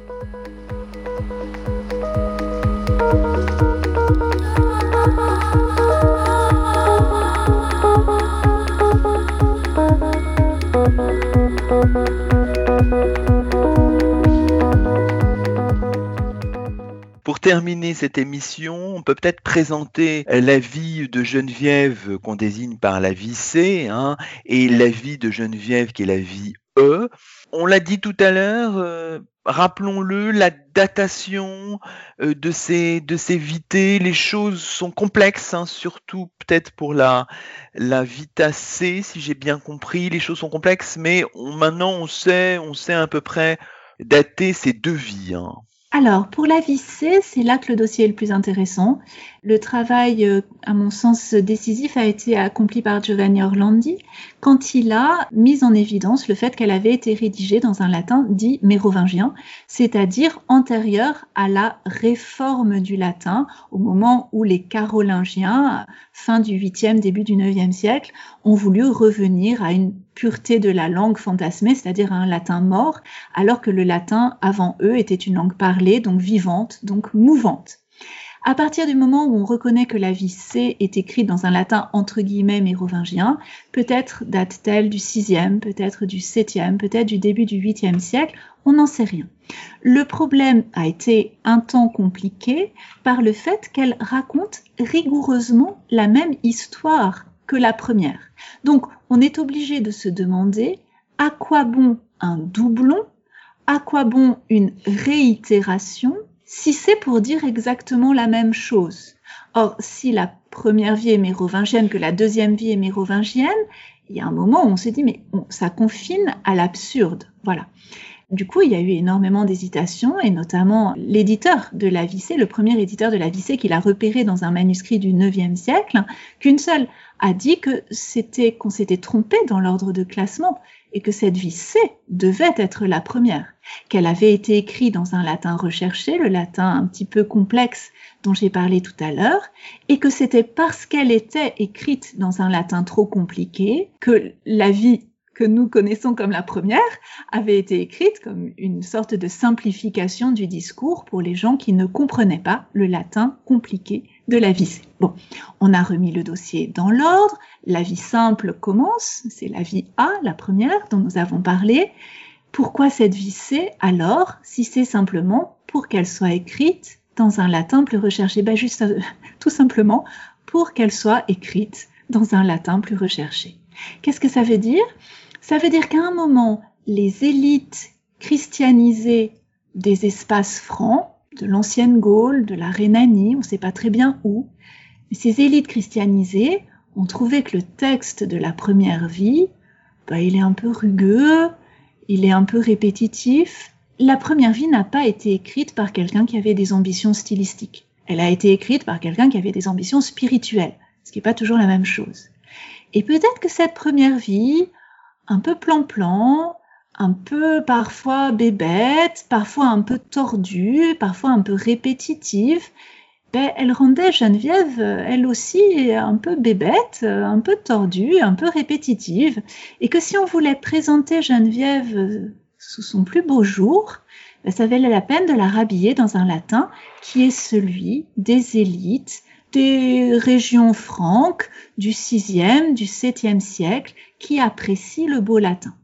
Pour terminer cette émission, on peut peut-être présenter la vie de Geneviève qu'on désigne par la vie C, hein, et la vie de Geneviève qui est la vie E. On l'a dit tout à l'heure, euh, rappelons-le, la datation euh, de ces de ces vités, les choses sont complexes, hein, surtout peut-être pour la la vita C, si j'ai bien compris, les choses sont complexes, mais on, maintenant on sait on sait à peu près dater ces deux vies. Hein. Alors, pour la vie C, c'est là que le dossier est le plus intéressant. Le travail, euh, à mon sens, décisif a été accompli par Giovanni Orlandi quand il a mis en évidence le fait qu'elle avait été rédigée dans un latin dit mérovingien, c'est-à-dire antérieur à la réforme du latin, au moment où les Carolingiens, fin du huitième, début du neuvième siècle, ont voulu revenir à une pureté de la langue fantasmée, c'est-à-dire à un latin mort, alors que le latin, avant eux, était une langue parlée, donc vivante, donc mouvante. À partir du moment où on reconnaît que la vie C est écrite dans un latin entre guillemets mérovingien, peut-être date-t-elle du sixième, peut-être du septième, peut-être du début du huitième siècle, on n'en sait rien. Le problème a été un temps compliqué par le fait qu'elle raconte rigoureusement la même histoire que la première. Donc, on est obligé de se demander à quoi bon un doublon, à quoi bon une réitération, si c'est pour dire exactement la même chose. Or, si la première vie est mérovingienne, que la deuxième vie est mérovingienne, il y a un moment où on s'est dit, mais on, ça confine à l'absurde. Voilà. Du coup, il y a eu énormément d'hésitations, et notamment l'éditeur de la vie C, le premier éditeur de la vie C, qu'il a repéré dans un manuscrit du neuvième siècle, qu'une seule a dit que c'était, qu'on s'était trompé dans l'ordre de classement, et que cette vie C devait être la première, qu'elle avait été écrite dans un latin recherché, le latin un petit peu complexe dont j'ai parlé tout à l'heure, et que c'était parce qu'elle était écrite dans un latin trop compliqué que la vie que nous connaissons comme la première avait été écrite comme une sorte de simplification du discours pour les gens qui ne comprenaient pas le latin compliqué de la vie C. Bon, on a remis le dossier dans l'ordre, la vie simple commence, c'est la vie A, la première dont nous avons parlé. Pourquoi cette vie C alors, si c'est simplement pour qu'elle soit écrite dans un latin plus recherché? Ben juste, euh, tout simplement, pour qu'elle soit écrite dans un latin plus recherché. Qu'est-ce que ça veut dire? Ça veut dire qu'à un moment, les élites christianisées des espaces francs, de l'ancienne Gaule, de la Rhénanie, on ne sait pas très bien où, mais ces élites christianisées ont trouvé que le texte de la première vie, bah, il est un peu rugueux, il est un peu répétitif. La première vie n'a pas été écrite par quelqu'un qui avait des ambitions stylistiques. Elle a été écrite par quelqu'un qui avait des ambitions spirituelles, ce qui n'est pas toujours la même chose. Et peut-être que cette première vie, un peu plan-plan, un peu parfois bébête, parfois un peu tordue, parfois un peu répétitive, ben, elle rendait Geneviève, elle aussi, un peu bébête, un peu tordue, un peu répétitive, et que si on voulait présenter Geneviève sous son plus beau jour, ben, ça valait la peine de la rhabiller dans un latin qui est celui des élites, des régions franques du sixième, du septième siècle qui apprécient le beau latin.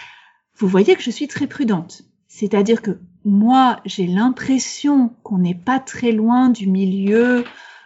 Vous voyez que je suis très prudente. C'est-à-dire que moi, j'ai l'impression qu'on n'est pas très loin du milieu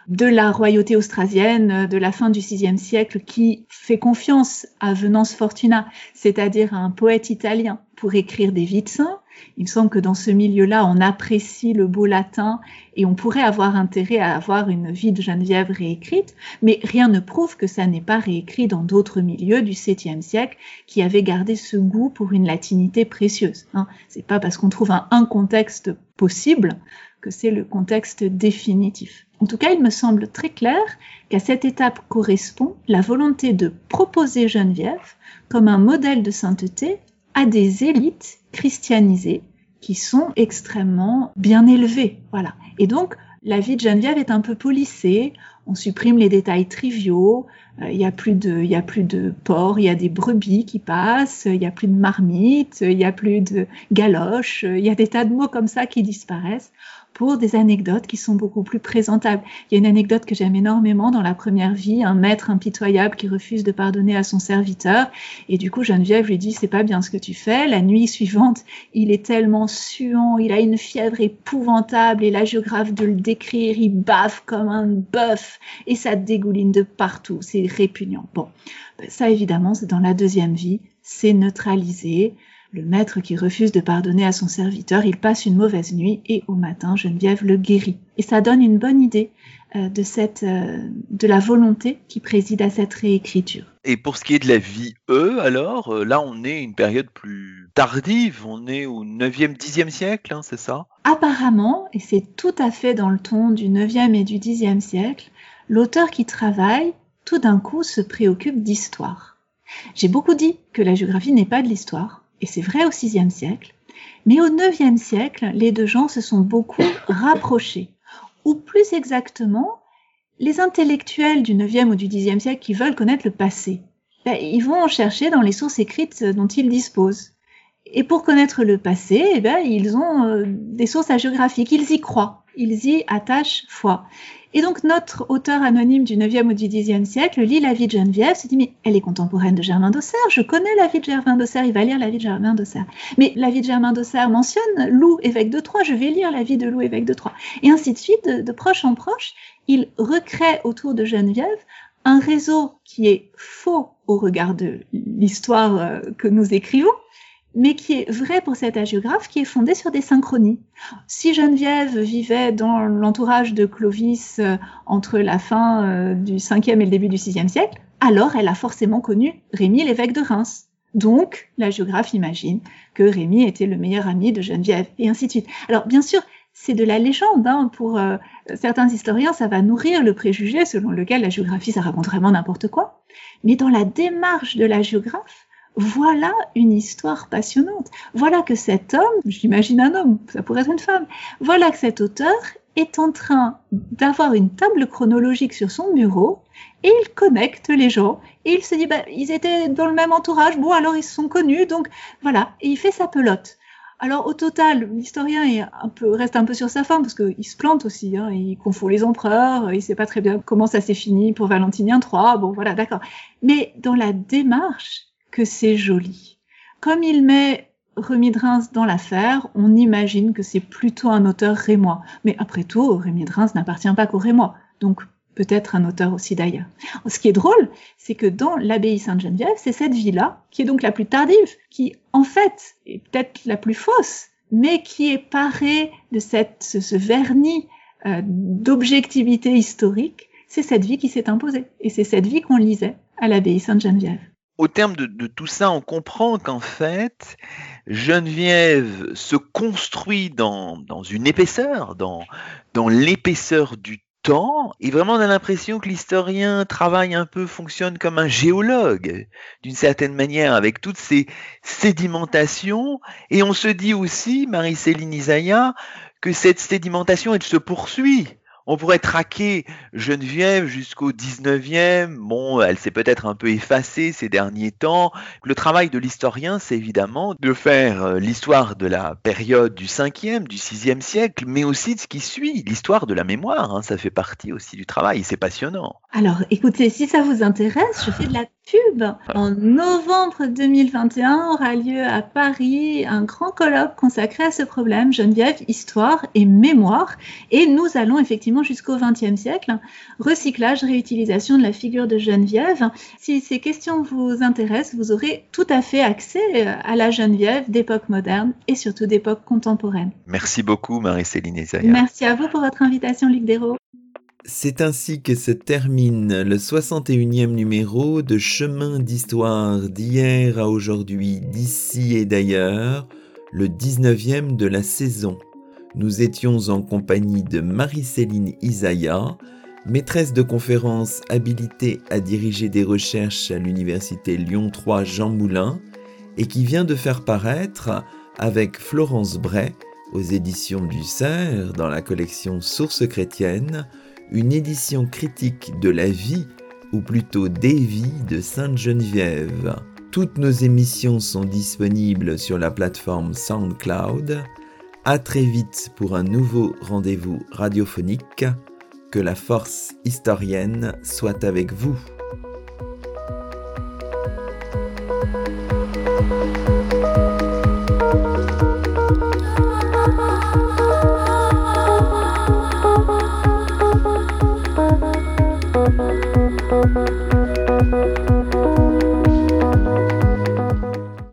de la royauté austrasienne de la fin du sixième siècle qui fait confiance à Venance Fortuna, c'est-à-dire à un poète italien, pour écrire des vies de saints. Il me semble que dans ce milieu-là, on apprécie le beau latin et on pourrait avoir intérêt à avoir une vie de Geneviève réécrite, mais rien ne prouve que ça n'est pas réécrit dans d'autres milieux du septième siècle qui avaient gardé ce goût pour une latinité précieuse. Hein. C'est pas parce qu'on trouve un, un contexte possible que c'est le contexte définitif. En tout cas, il me semble très clair qu'à cette étape correspond la volonté de proposer Geneviève comme un modèle de sainteté à des élites christianisées qui sont extrêmement bien élevées. Voilà. Et donc, la vie de Geneviève est un peu polissée, on supprime les détails triviaux, il euh, y a plus de, il y a plus de porcs, il y a des brebis qui passent, il y a plus de marmites, il y a plus de galoches, il y a des tas de mots comme ça qui disparaissent pour des anecdotes qui sont beaucoup plus présentables. Il y a une anecdote que j'aime énormément dans la première vie, un maître impitoyable qui refuse de pardonner à son serviteur, et du coup Geneviève lui dit « c'est pas bien ce que tu fais ». La nuit suivante, il est tellement suant, il a une fièvre épouvantable, et la géographe de le décrire, il baffe comme un bœuf, et ça dégouline de partout, c'est répugnant. Bon, ça évidemment, c'est dans la deuxième vie, c'est neutralisé. Le maître qui refuse de pardonner à son serviteur, il passe une mauvaise nuit et au matin, Geneviève le guérit. Et ça donne une bonne idée euh, de, cette, euh, de la volonté qui préside à cette réécriture. Et pour ce qui est de la vie, eux, alors, euh, là, on est une période plus tardive, on est au neuvième, dixième siècle, hein, c'est ça ? Apparemment, et c'est tout à fait dans le ton du neuvième et du dixième siècle, l'auteur qui travaille, tout d'un coup, se préoccupe d'histoire. J'ai beaucoup dit que la géographie n'est pas de l'histoire. Et c'est vrai au sixième siècle, mais au neuvième siècle, les deux genres se sont beaucoup rapprochés. Ou plus exactement, les intellectuels du neuvième ou du dixième siècle qui veulent connaître le passé, ben, ils vont en chercher dans les sources écrites dont ils disposent. Et pour connaître le passé, eh ben, ils ont euh, des sources hagiographiques, ils y croient, ils y attachent foi. Et donc notre auteur anonyme du neuvième ou du dixième siècle lit la vie de Geneviève, se dit mais elle est contemporaine de Germain d'Auxerre, je connais la vie de Germain d'Auxerre, il va lire la vie de Germain d'Auxerre. Mais la vie de Germain d'Auxerre mentionne Loup, évêque de Troyes, je vais lire la vie de Loup, évêque de Troyes. Et ainsi de suite, de, de proche en proche, il recrée autour de Geneviève un réseau qui est faux au regard de l'histoire que nous écrivons, mais qui est vrai pour cet hagiographe, qui est fondé sur des synchronies. Si Geneviève vivait dans l'entourage de Clovis euh, entre la fin euh, du cinquième et le début du sixième siècle, alors elle a forcément connu Rémi l'évêque de Reims. Donc, l'hagiographe imagine que Rémi était le meilleur ami de Geneviève, et ainsi de suite. Alors, bien sûr, c'est de la légende. Hein. Pour euh, certains historiens, ça va nourrir le préjugé selon lequel la géographie, ça raconte vraiment n'importe quoi. Mais dans la démarche de l'hagiographe, voilà une histoire passionnante. Voilà que cet homme, j'imagine un homme, ça pourrait être une femme, voilà que cet auteur est en train d'avoir une table chronologique sur son bureau et il connecte les gens et il se dit, bah, ils étaient dans le même entourage, bon alors ils se sont connus, donc voilà, et il fait sa pelote. Alors au total, l'historien est un peu, reste un peu sur sa faim parce qu'il se plante aussi, hein, il confond les empereurs, il sait pas très bien comment ça s'est fini pour Valentinien trois, bon voilà, d'accord. Mais dans la démarche, que c'est joli. Comme il met Rémi de Reims dans l'affaire, on imagine que c'est plutôt un auteur rémois. Mais après tout, Rémi de Reims n'appartient pas qu'aux Rémois, donc peut-être un auteur aussi d'ailleurs. Ce qui est drôle, c'est que dans l'abbaye Sainte-Geneviève, c'est cette vie-là, qui est donc la plus tardive, qui en fait est peut-être la plus fausse, mais qui est parée de cette, ce, ce vernis euh, d'objectivité historique. C'est cette vie qui s'est imposée, et c'est cette vie qu'on lisait à l'abbaye Sainte-Geneviève. Au terme de, de tout ça, on comprend qu'en fait, Geneviève se construit dans, dans une épaisseur, dans, dans l'épaisseur du temps, et vraiment on a l'impression que l'historien travaille un peu, fonctionne comme un géologue, d'une certaine manière, avec toutes ces sédimentations, et on se dit aussi, Marie-Céline Isaïa, que cette sédimentation, elle se poursuit. On pourrait traquer Geneviève jusqu'au dix-neuvième, bon, elle s'est peut-être un peu effacée ces derniers temps. Le travail de l'historien, c'est évidemment de faire l'histoire de la période du cinquième, du sixième siècle, mais aussi de ce qui suit, l'histoire de la mémoire, hein, ça fait partie aussi du travail, c'est passionnant. Alors, écoutez, si ça vous intéresse, je fais de la pub. En novembre deux mille vingt et un aura lieu à Paris un grand colloque consacré à ce problème, Geneviève, histoire et mémoire. Et nous allons effectivement jusqu'au vingtième siècle. Recyclage, réutilisation de la figure de Geneviève. Si ces questions vous intéressent, vous aurez tout à fait accès à la Geneviève d'époque moderne et surtout d'époque contemporaine. Merci beaucoup Marie-Céline Esaïa. Merci à vous pour votre invitation, Luc Dérault. C'est ainsi que se termine le soixante et unième numéro de Chemin d'Histoire d'hier à aujourd'hui, d'ici et d'ailleurs, le dix-neuvième de la saison. Nous étions en compagnie de Marie-Céline Esaïa, maîtresse de conférences habilitée à diriger des recherches à l'université Lyon trois Jean Moulin et qui vient de faire paraître avec Florence Bray aux éditions du Cerf dans la collection Sources chrétiennes une édition critique de la vie, ou plutôt des vies de Sainte Geneviève. Toutes nos émissions sont disponibles sur la plateforme SoundCloud. À très vite pour un nouveau rendez-vous radiophonique. Que la force historienne soit avec vous.